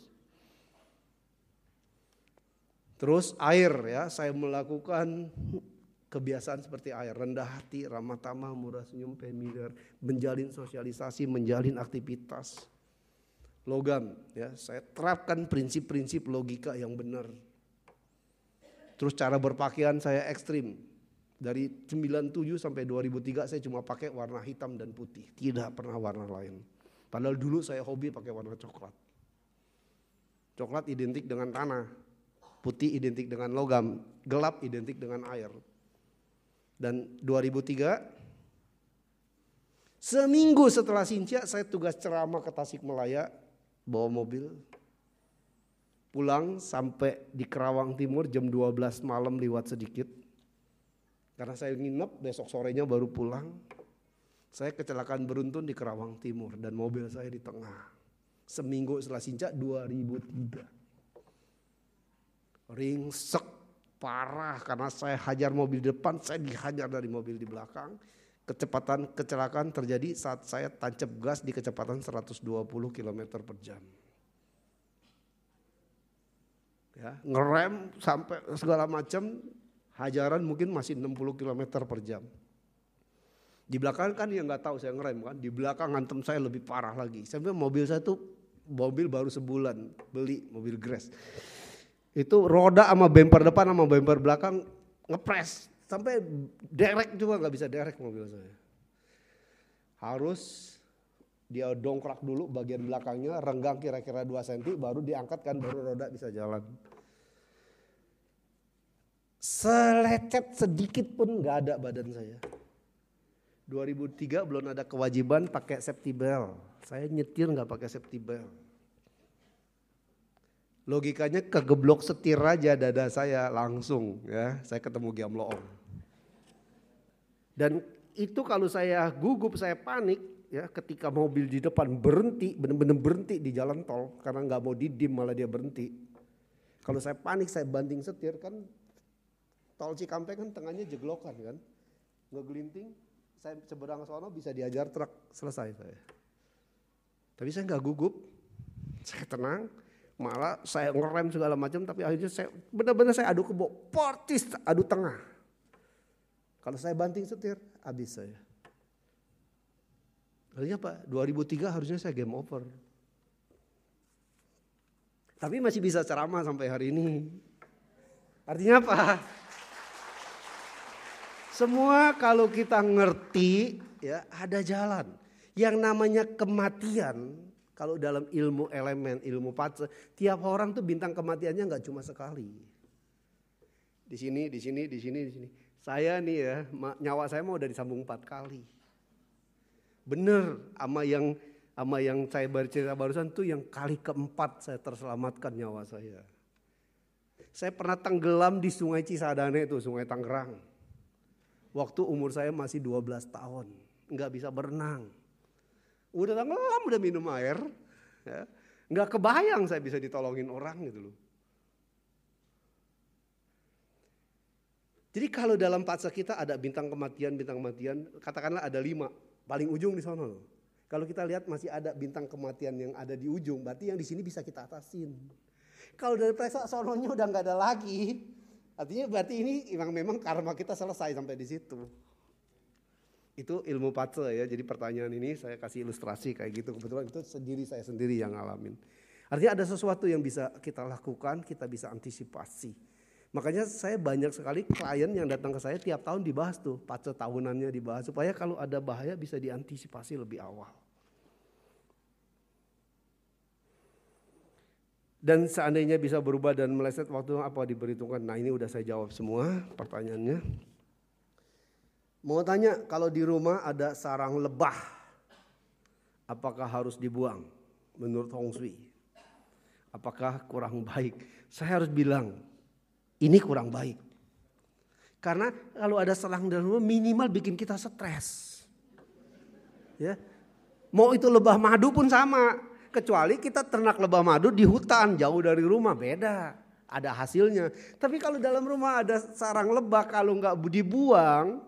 Terus air ya, saya melakukan kebiasaan seperti air, rendah hati, ramah tamah, murah senyum, familiar, menjalin sosialisasi, menjalin aktivitas. Logam ya, saya terapkan prinsip-prinsip logika yang benar. Terus cara berpakaian saya ekstrim. Dari sembilan puluh tujuh sampai dua ribu tiga saya cuma pakai warna hitam dan putih, tidak pernah warna lain. Padahal dulu saya hobi pakai warna coklat. Coklat identik dengan tanah, putih identik dengan logam, gelap identik dengan air. Dan dua ribu tiga, seminggu setelah Sinca saya tugas ceramah ke Tasikmalaya, bawa mobil. Pulang sampai di Kerawang Timur jam dua belas malam lewat sedikit. Karena saya nginep, besok sorenya baru pulang. Saya kecelakaan beruntun di Kerawang Timur dan mobil saya di tengah. Seminggu setelah Sinca dua ribu tiga. Ringsek parah karena saya hajar mobil di depan, saya dihajar dari mobil di belakang. Kecepatan kecelakaan terjadi saat saya tancap gas di kecepatan seratus dua puluh kilometer per jam. Ya, ngerem sampai segala macam, hajaran mungkin masih enam puluh kilometer per jam. Di belakang kan yang nggak tahu saya ngerem kan, di belakang ngantem saya lebih parah lagi. Sampai mobil saya tuh mobil baru sebulan beli, mobil Grace. Itu roda sama bumper depan sama bumper belakang ngepres, sampai derek juga nggak bisa derek mobil saya. Harus dia dongkrak dulu bagian belakangnya, renggang kira-kira dua sentimeter, baru diangkat kan, baru roda bisa jalan. Selecet sedikit pun nggak ada badan saya. dua ribu tiga belum ada kewajiban pakai safety belt. Saya nyetir nggak pakai safety belt. Logikanya kegeblok setir aja dada saya langsung ya, saya ketemu Giamloong. Dan itu kalau saya gugup, saya panik ya, ketika mobil di depan berhenti, benar-benar berhenti di jalan tol karena nggak mau didim malah dia berhenti. Kalau saya panik, saya banting setir kan, tol Cikampek kan tengahnya jeglokan kan, ngegelinting, saya seberang sono bisa diajar truk, selesai saya. Tapi saya nggak gugup, saya tenang, malah saya ngerem segala macam, tapi akhirnya saya benar-benar saya adu kebo, portis adu tengah. Kalau saya banting setir, habis saya. Artinya apa? dua ribu tiga harusnya saya game over. Tapi masih bisa ceramah sampai hari ini. Artinya apa? Semua kalau kita ngerti ya ada jalan. Yang namanya kematian, kalau dalam ilmu elemen, ilmu patse, tiap orang tuh bintang kematiannya nggak cuma sekali. Di sini, di sini, di sini, di sini. Saya nih ya, nyawa saya mau udah disambung empat kali. Bener, sama yang sama yang saya bercerita barusan tuh yang kali keempat saya terselamatkan nyawa saya. Saya pernah tenggelam di Sungai Cisadane itu, Sungai Tangerang. Waktu umur saya masih dua belas tahun, nggak bisa berenang. Udah tenggelam, udah minum air, ya. Nggak kebayang saya bisa ditolongin orang gitu loh. Jadi kalau dalam patsa kita ada bintang kematian, bintang kematian, katakanlah ada lima, paling ujung di sana loh. Kalau kita lihat masih ada bintang kematian yang ada di ujung, berarti yang di sini bisa kita atasin. Kalau dari periksa sononya udah nggak ada lagi, artinya berarti ini memang memang karma kita selesai sampai di situ. Itu ilmu patse ya, jadi pertanyaan ini saya kasih ilustrasi kayak gitu, kebetulan itu sendiri saya sendiri yang ngalamin. Artinya ada sesuatu yang bisa kita lakukan, kita bisa antisipasi. Makanya saya banyak sekali klien yang datang ke saya tiap tahun dibahas tuh, patse tahunannya dibahas supaya kalau ada bahaya bisa diantisipasi lebih awal. Dan seandainya bisa berubah dan meleset waktu apa diperhitungkan, nah ini udah saya jawab semua pertanyaannya. Mau tanya, kalau di rumah ada sarang lebah, apakah harus dibuang menurut Hong Shui? Apakah kurang baik? Saya harus bilang, ini kurang baik. Karena kalau ada sarang dalam rumah minimal bikin kita stres. Ya, mau itu lebah madu pun sama. Kecuali kita ternak lebah madu di hutan, jauh dari rumah, beda. Ada hasilnya. Tapi kalau dalam rumah ada sarang lebah, kalau nggak dibuang,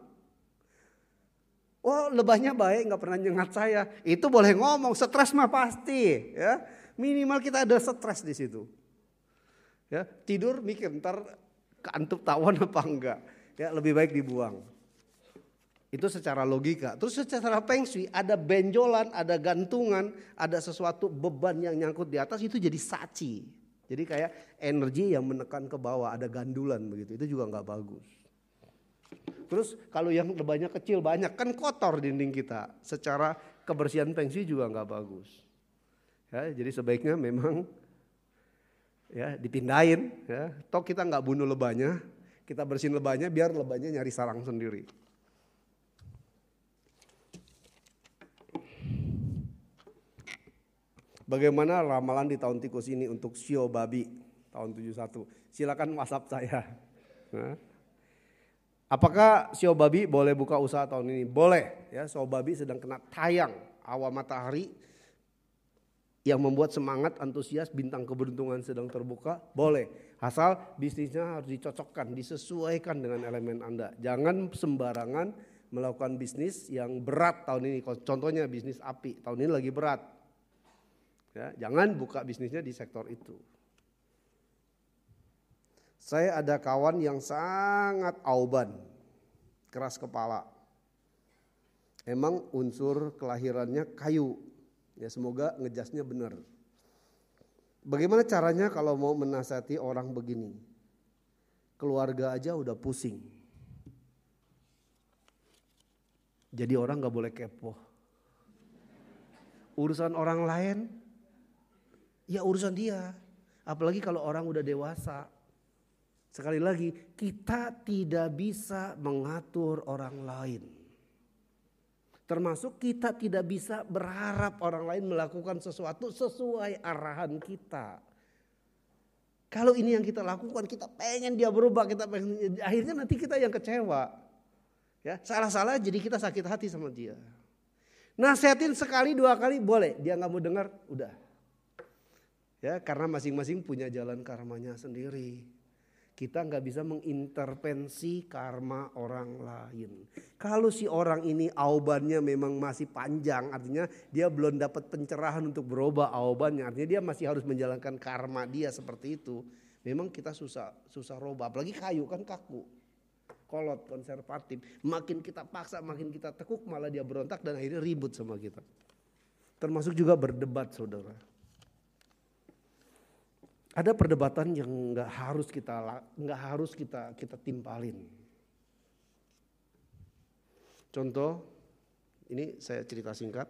oh lebahnya baik nggak pernah nyengat saya, itu boleh ngomong, stres mah pasti, ya minimal kita ada stres di situ, ya tidur mikir ntar keantuk tawon apa enggak, ya lebih baik dibuang. Itu secara logika. Terus secara feng shui ada benjolan, ada gantungan, ada sesuatu beban yang nyangkut di atas itu jadi saci, jadi kayak energi yang menekan ke bawah, ada gandulan begitu, itu juga nggak bagus. Terus kalau yang lebahnya kecil banyak kan kotor dinding kita. Secara kebersihan feng shui juga nggak bagus. Ya, jadi sebaiknya memang ya dipindahin. Ya. Toh kita nggak bunuh lebahnya, kita bersihin lebahnya biar lebahnya nyari sarang sendiri. Bagaimana ramalan di tahun tikus ini untuk shio babi tahun tujuh puluh satu? Silakan WhatsApp saya. Nah. Apakah shio babi boleh buka usaha tahun ini? Boleh. Ya, shio babi sedang kena tayang awan matahari yang membuat semangat, antusias, bintang keberuntungan sedang terbuka. Boleh. Asal bisnisnya harus dicocokkan, disesuaikan dengan elemen Anda. Jangan sembarangan melakukan bisnis yang berat tahun ini. Contohnya bisnis api, tahun ini lagi berat. Ya, jangan buka bisnisnya di sektor itu. Saya ada kawan yang sangat auban, keras kepala. Emang unsur kelahirannya kayu. Ya semoga ngejasnya benar. Bagaimana caranya kalau mau menasihati orang begini? Keluarga aja udah pusing. Jadi orang gak boleh kepo. Urusan orang lain, ya urusan dia. Apalagi kalau orang udah dewasa. Sekali lagi, kita tidak bisa mengatur orang lain. Termasuk kita tidak bisa berharap orang lain melakukan sesuatu sesuai arahan kita. Kalau ini yang kita lakukan, kita pengen dia berubah, kita pengen, akhirnya nanti kita yang kecewa. Ya, salah-salah jadi kita sakit hati sama dia. Nasihatin sekali dua kali boleh, dia nggak mau dengar, udah. Ya, karena masing-masing punya jalan karmanya sendiri. Kita nggak bisa mengintervensi karma orang lain. Kalau si orang ini aubannya memang masih panjang, artinya dia belum dapat pencerahan untuk berubah aubannya, artinya dia masih harus menjalankan karma dia seperti itu. Memang kita susah susah robah, apalagi kayu kan kaku, kolot, konservatif. Makin kita paksa, makin kita tekuk, malah dia berontak dan akhirnya ribut sama kita. Termasuk juga berdebat, saudara. Ada perdebatan yang nggak harus kita nggak harus kita kita timpalin. Contoh, ini saya cerita singkat.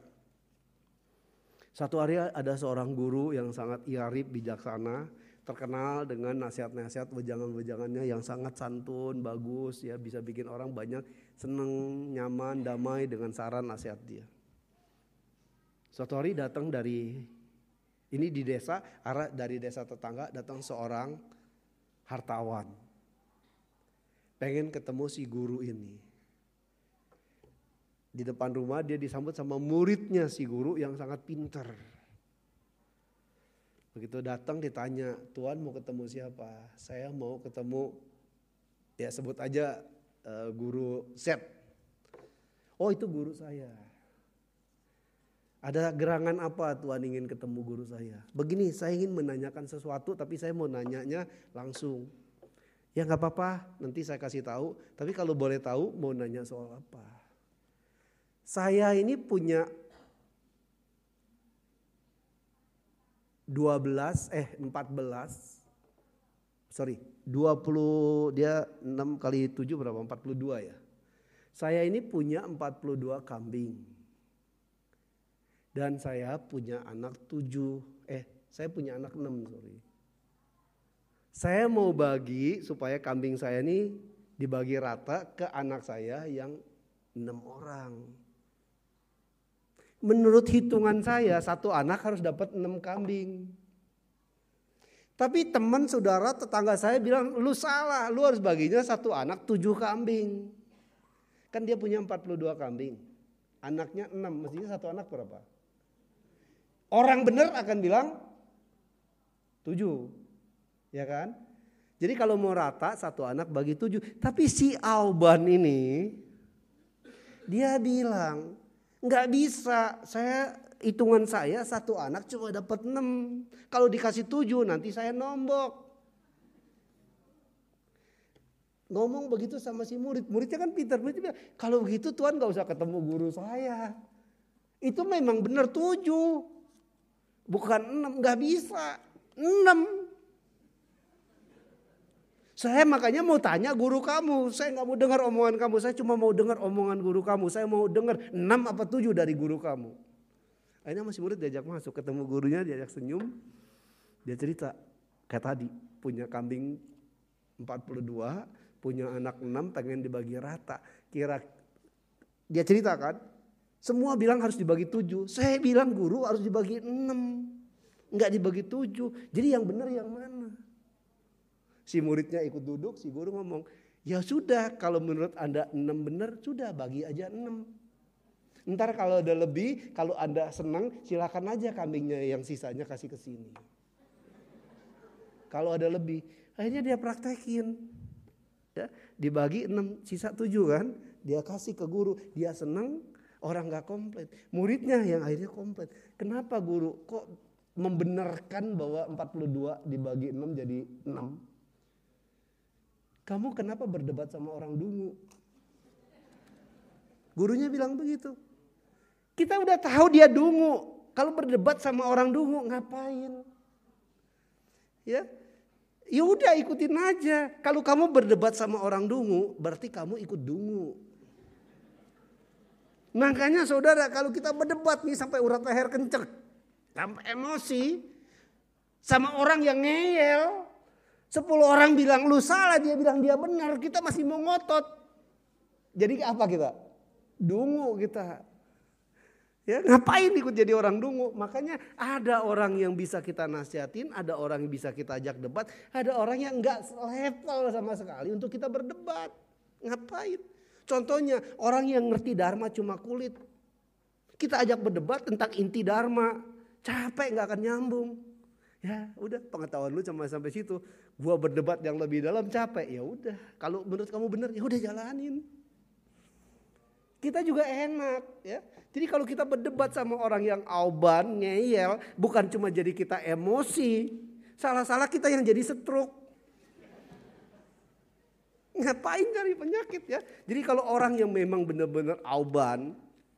Satu hari ada seorang guru yang sangat iarif, bijaksana, terkenal dengan nasihat-nasihat wejangan-wejangannya yang sangat santun, bagus, ya bisa bikin orang banyak seneng, nyaman, damai dengan saran nasihat dia. Suatu hari datang dari ini di desa, arah dari desa tetangga datang seorang hartawan. Pengen ketemu si guru ini. Di depan rumah dia disambut sama muridnya si guru yang sangat pintar. Begitu datang ditanya, Tuan mau ketemu siapa? Saya mau ketemu, ya sebut aja uh, guru Z. Oh itu guru saya. Ada gerangan apa Tuhan ingin ketemu guru saya? Begini, saya ingin menanyakan sesuatu tapi saya mau nanyanya langsung. Ya gak apa-apa, nanti saya kasih tahu. Tapi kalau boleh tahu mau nanya soal apa? Saya ini punya dua belas, eh empat belas, sorry dua puluh, dia enam kali tujuh berapa? empat puluh dua ya. Saya ini punya empat puluh dua kambing. Dan saya punya anak tujuh, eh saya punya anak enam sorry. Saya mau bagi supaya kambing saya ini dibagi rata ke anak saya yang enam orang. Menurut hitungan saya satu anak harus dapat enam kambing. Tapi teman saudara tetangga saya bilang lu salah, lu harus baginya satu anak tujuh kambing. Kan dia punya empat puluh dua kambing, anaknya enam, mestinya satu anak berapa? Orang benar akan bilang tujuh, ya kan? Jadi kalau mau rata satu anak bagi tujuh. Tapi si auban ini dia bilang nggak bisa. Saya hitungan saya satu anak cuma dapat enam. Kalau dikasih tujuh nanti saya nombok. Ngomong begitu sama si murid. Muridnya kan pintar. Muridnya bilang, kalau begitu Tuhan nggak usah ketemu guru saya. Itu memang benar tujuh. Bukan enam, gak bisa. Enam. Saya makanya mau tanya guru kamu, saya nggak mau dengar omongan kamu, saya cuma mau dengar omongan guru kamu, saya mau dengar enam apa tujuh dari guru kamu. Akhirnya masih murid diajak masuk, ketemu gurunya diajak senyum, dia cerita kayak tadi punya kambing empat puluh dua, punya anak enam, pengen dibagi rata. Kira dia ceritakan, semua bilang harus dibagi tujuh, saya bilang guru harus dibagi enam, nggak dibagi tujuh. Jadi yang benar yang mana? Si muridnya ikut duduk, si guru ngomong, ya sudah kalau menurut Anda enam benar, sudah bagi aja enam. Ntar kalau ada lebih, kalau Anda senang silakan aja kambingnya yang sisanya kasih ke sini. Kalau ada lebih, akhirnya dia praktekin. Ya, dibagi enam, sisa tujuh kan, dia kasih ke guru, dia senang, orang gak komplain. Muridnya yang akhirnya komplain. Kenapa guru kok membenarkan bahwa empat puluh dua dibagi enam jadi enam? Kamu kenapa berdebat sama orang dungu? Gurunya bilang begitu. Kita udah tahu dia dungu. Kalau berdebat sama orang dungu ngapain? Ya, ya udah ikutin aja. Kalau kamu berdebat sama orang dungu, berarti kamu ikut dungu. Makanya saudara, kalau kita berdebat nih sampai urat leher kenceng, sampai emosi sama orang yang ngeyel, sepuluh orang bilang lu salah, dia bilang dia benar, kita masih mau ngotot. Jadi apa kita? Dungu kita. Ya, ngapain ikut jadi orang dungu? Makanya ada orang yang bisa kita nasihatin, ada orang yang bisa kita ajak debat, ada orang yang enggak level sama sekali untuk kita berdebat. Ngapain? Contohnya orang yang ngerti dharma cuma kulit. Kita ajak berdebat tentang inti dharma, capek nggak akan nyambung. Ya udah, pengetahuan lu cuma sampai situ. Gua berdebat yang lebih dalam capek. Ya udah, kalau menurut kamu benar ya udah jalanin. Kita juga enak ya. Jadi kalau kita berdebat sama orang yang auban, ngeyel, bukan cuma jadi kita emosi. Salah-salah kita yang jadi stroke. Ngapain cari penyakit ya? Jadi kalau orang yang memang benar-benar auban,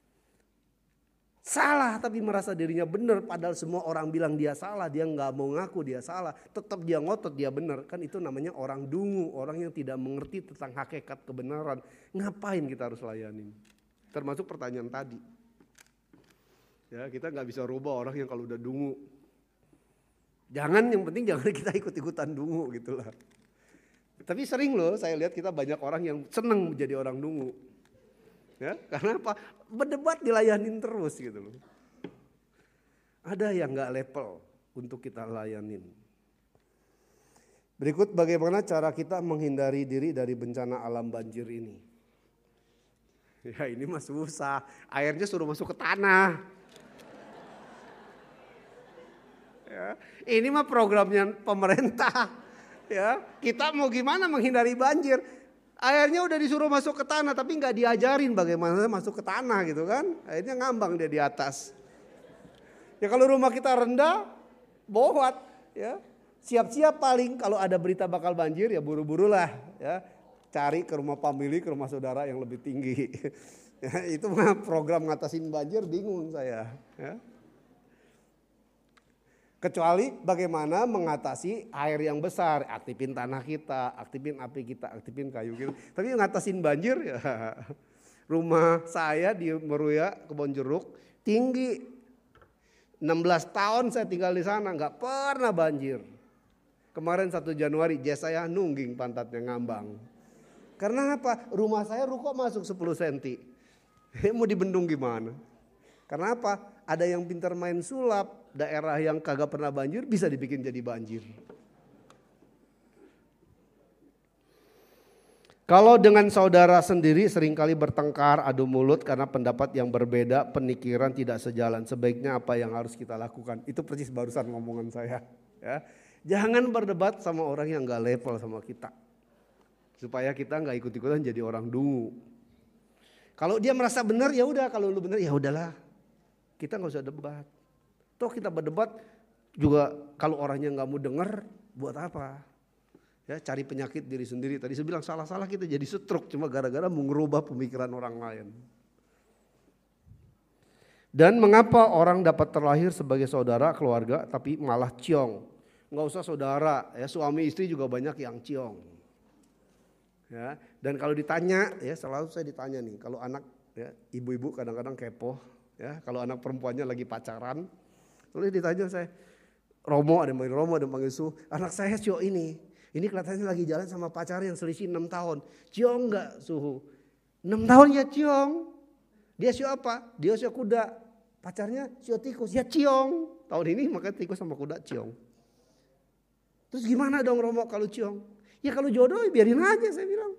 salah tapi merasa dirinya benar, padahal semua orang bilang dia salah, dia nggak mau ngaku dia salah, tetap dia ngotot dia benar, kan itu namanya orang dungu, orang yang tidak mengerti tentang hakikat kebenaran. Ngapain kita harus layanin? Termasuk pertanyaan tadi. Ya, kita nggak bisa rubah orang yang kalau udah dungu. Jangan, yang penting jangan kita ikut-ikutan dungu gitulah. Tapi sering loh saya lihat kita banyak orang yang senang menjadi orang dungu. Ya, karena apa? Berdebat dilayanin terus gitu loh. Ada yang gak level untuk kita layanin. Berikut bagaimana cara kita menghindari diri dari bencana alam banjir ini. Ya ini mah susah, airnya suruh masuk ke tanah. Ya, ini mah programnya pemerintah. Ya, kita mau gimana menghindari banjir? Airnya udah disuruh masuk ke tanah tapi nggak diajarin bagaimana masuk ke tanah gitu kan. Akhirnya ngambang dia di atas. Ya kalau rumah kita rendah, bowat ya. Siap-siap paling kalau ada berita bakal banjir ya buru-burulah ya. Cari ke rumah pemilik, ke rumah saudara yang lebih tinggi. Ya, itu mah program ngatasin banjir bingung saya ya. Kecuali bagaimana mengatasi air yang besar, aktifin tanah kita, aktifin api kita, aktifin kayu kita. Tapi ngatasin banjir ya, rumah saya di Meruya, Kebonjeruk, tinggi. enam belas tahun saya tinggal di sana, nggak pernah banjir. Kemarin satu Januari, jas saya nungging pantatnya ngambang. Karena apa? Rumah saya ruko masuk sepuluh sentimeter. Mau dibendung gimana? Karena apa? Ada yang pintar main sulap. Daerah yang kagak pernah banjir bisa dibikin jadi banjir. Kalau dengan saudara sendiri seringkali bertengkar, adu mulut karena pendapat yang berbeda, pemikiran tidak sejalan. Sebaiknya apa yang harus kita lakukan? Itu persis barusan ngomongan saya. Ya. Jangan berdebat sama orang yang gak level sama kita. Supaya kita gak ikut-ikutan jadi orang dungu. Kalau dia merasa benar ya udah, kalau lu benar ya udahlah. Kita gak usah debat. Toh kita berdebat juga kalau orangnya nggak mau dengar, buat apa? Ya cari penyakit diri sendiri. Tadi saya bilang salah-salah kita jadi stroke cuma gara-gara mau ngerubah pemikiran orang lain. Dan mengapa orang dapat terlahir sebagai saudara keluarga tapi malah ciong? Nggak usah saudara, ya suami istri juga banyak yang ciong. Ya, dan kalau ditanya, ya selalu saya ditanya nih, kalau anak ya, ibu-ibu kadang-kadang kepo, ya kalau anak perempuannya lagi pacaran, terus ditanya saya, Romo ada yang panggil Romo, ada yang panggil Su, anak saya Cio ini, ini kelihatannya lagi jalan sama pacarnya yang selisih enam tahun, ciong nggak Suhu? enam tahun ya ciong, dia Cio apa? Dia Cio kuda, pacarnya Cio tikus, ya ciong. Tahun ini makanya tikus sama kuda ciong. Terus gimana dong Romo kalau ciong? Ya kalau jodoh biarin aja saya bilang.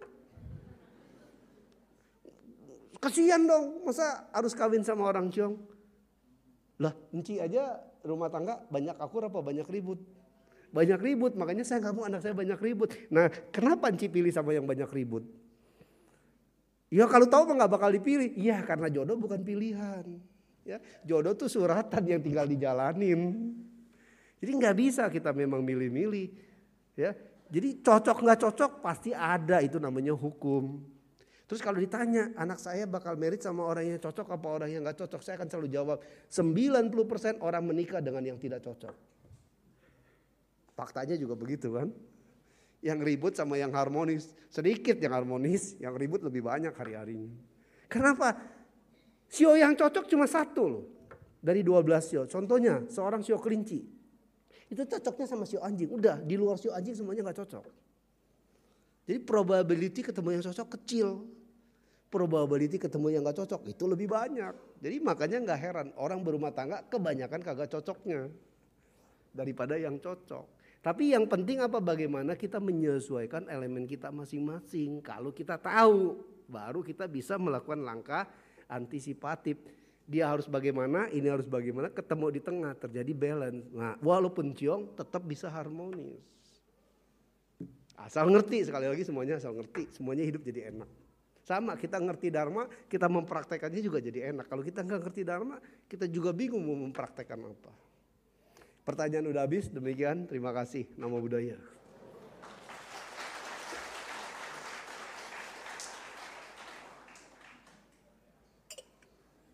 Kasihan dong, masa harus kawin sama orang ciong? Lah, Enci aja rumah tangga banyak akur apa banyak ribut? Banyak ribut, makanya saya nggak mau anak saya banyak ribut. Nah, kenapa Enci pilih sama yang banyak ribut? Ya kalau tahu mah nggak bakal dipilih. Iya, karena jodoh bukan pilihan. Ya, jodoh tuh suratan yang tinggal dijalanin. Jadi nggak bisa kita memang milih-milih. Ya, jadi cocok nggak cocok pasti ada, itu namanya hukum. Terus kalau ditanya anak saya bakal married sama orang yang cocok apa orang yang nggak cocok, saya akan selalu jawab sembilan puluh persen orang menikah dengan yang tidak cocok. Faktanya juga begitu kan. Yang ribut sama yang harmonis, sedikit yang harmonis, yang ribut lebih banyak hari-harinya. Kenapa? Sio yang cocok cuma satu loh dari dua belas sio. Contohnya seorang sio kelinci. Itu cocoknya sama sio anjing. Udah di luar sio anjing semuanya gak cocok. Jadi probability ketemu yang cocok kecil. Probability ketemu yang gak cocok itu lebih banyak. Jadi makanya gak heran orang berumah tangga kebanyakan kagak cocoknya. Daripada yang cocok. Tapi yang penting apa, bagaimana kita menyesuaikan elemen kita masing-masing. Kalau kita tahu baru kita bisa melakukan langkah antisipatif. Dia harus bagaimana, ini harus bagaimana, ketemu di tengah, terjadi balance. Nah, walaupun ciong tetap bisa harmonis. Asal ngerti, sekali lagi semuanya asal ngerti, semuanya hidup jadi enak. Sama, kita ngerti dharma, kita mempraktekannya juga jadi enak. Kalau kita nggak ngerti dharma, kita juga bingung mau mempraktekkan apa. Pertanyaan udah habis, demikian, terima kasih. Namo Buddhaya.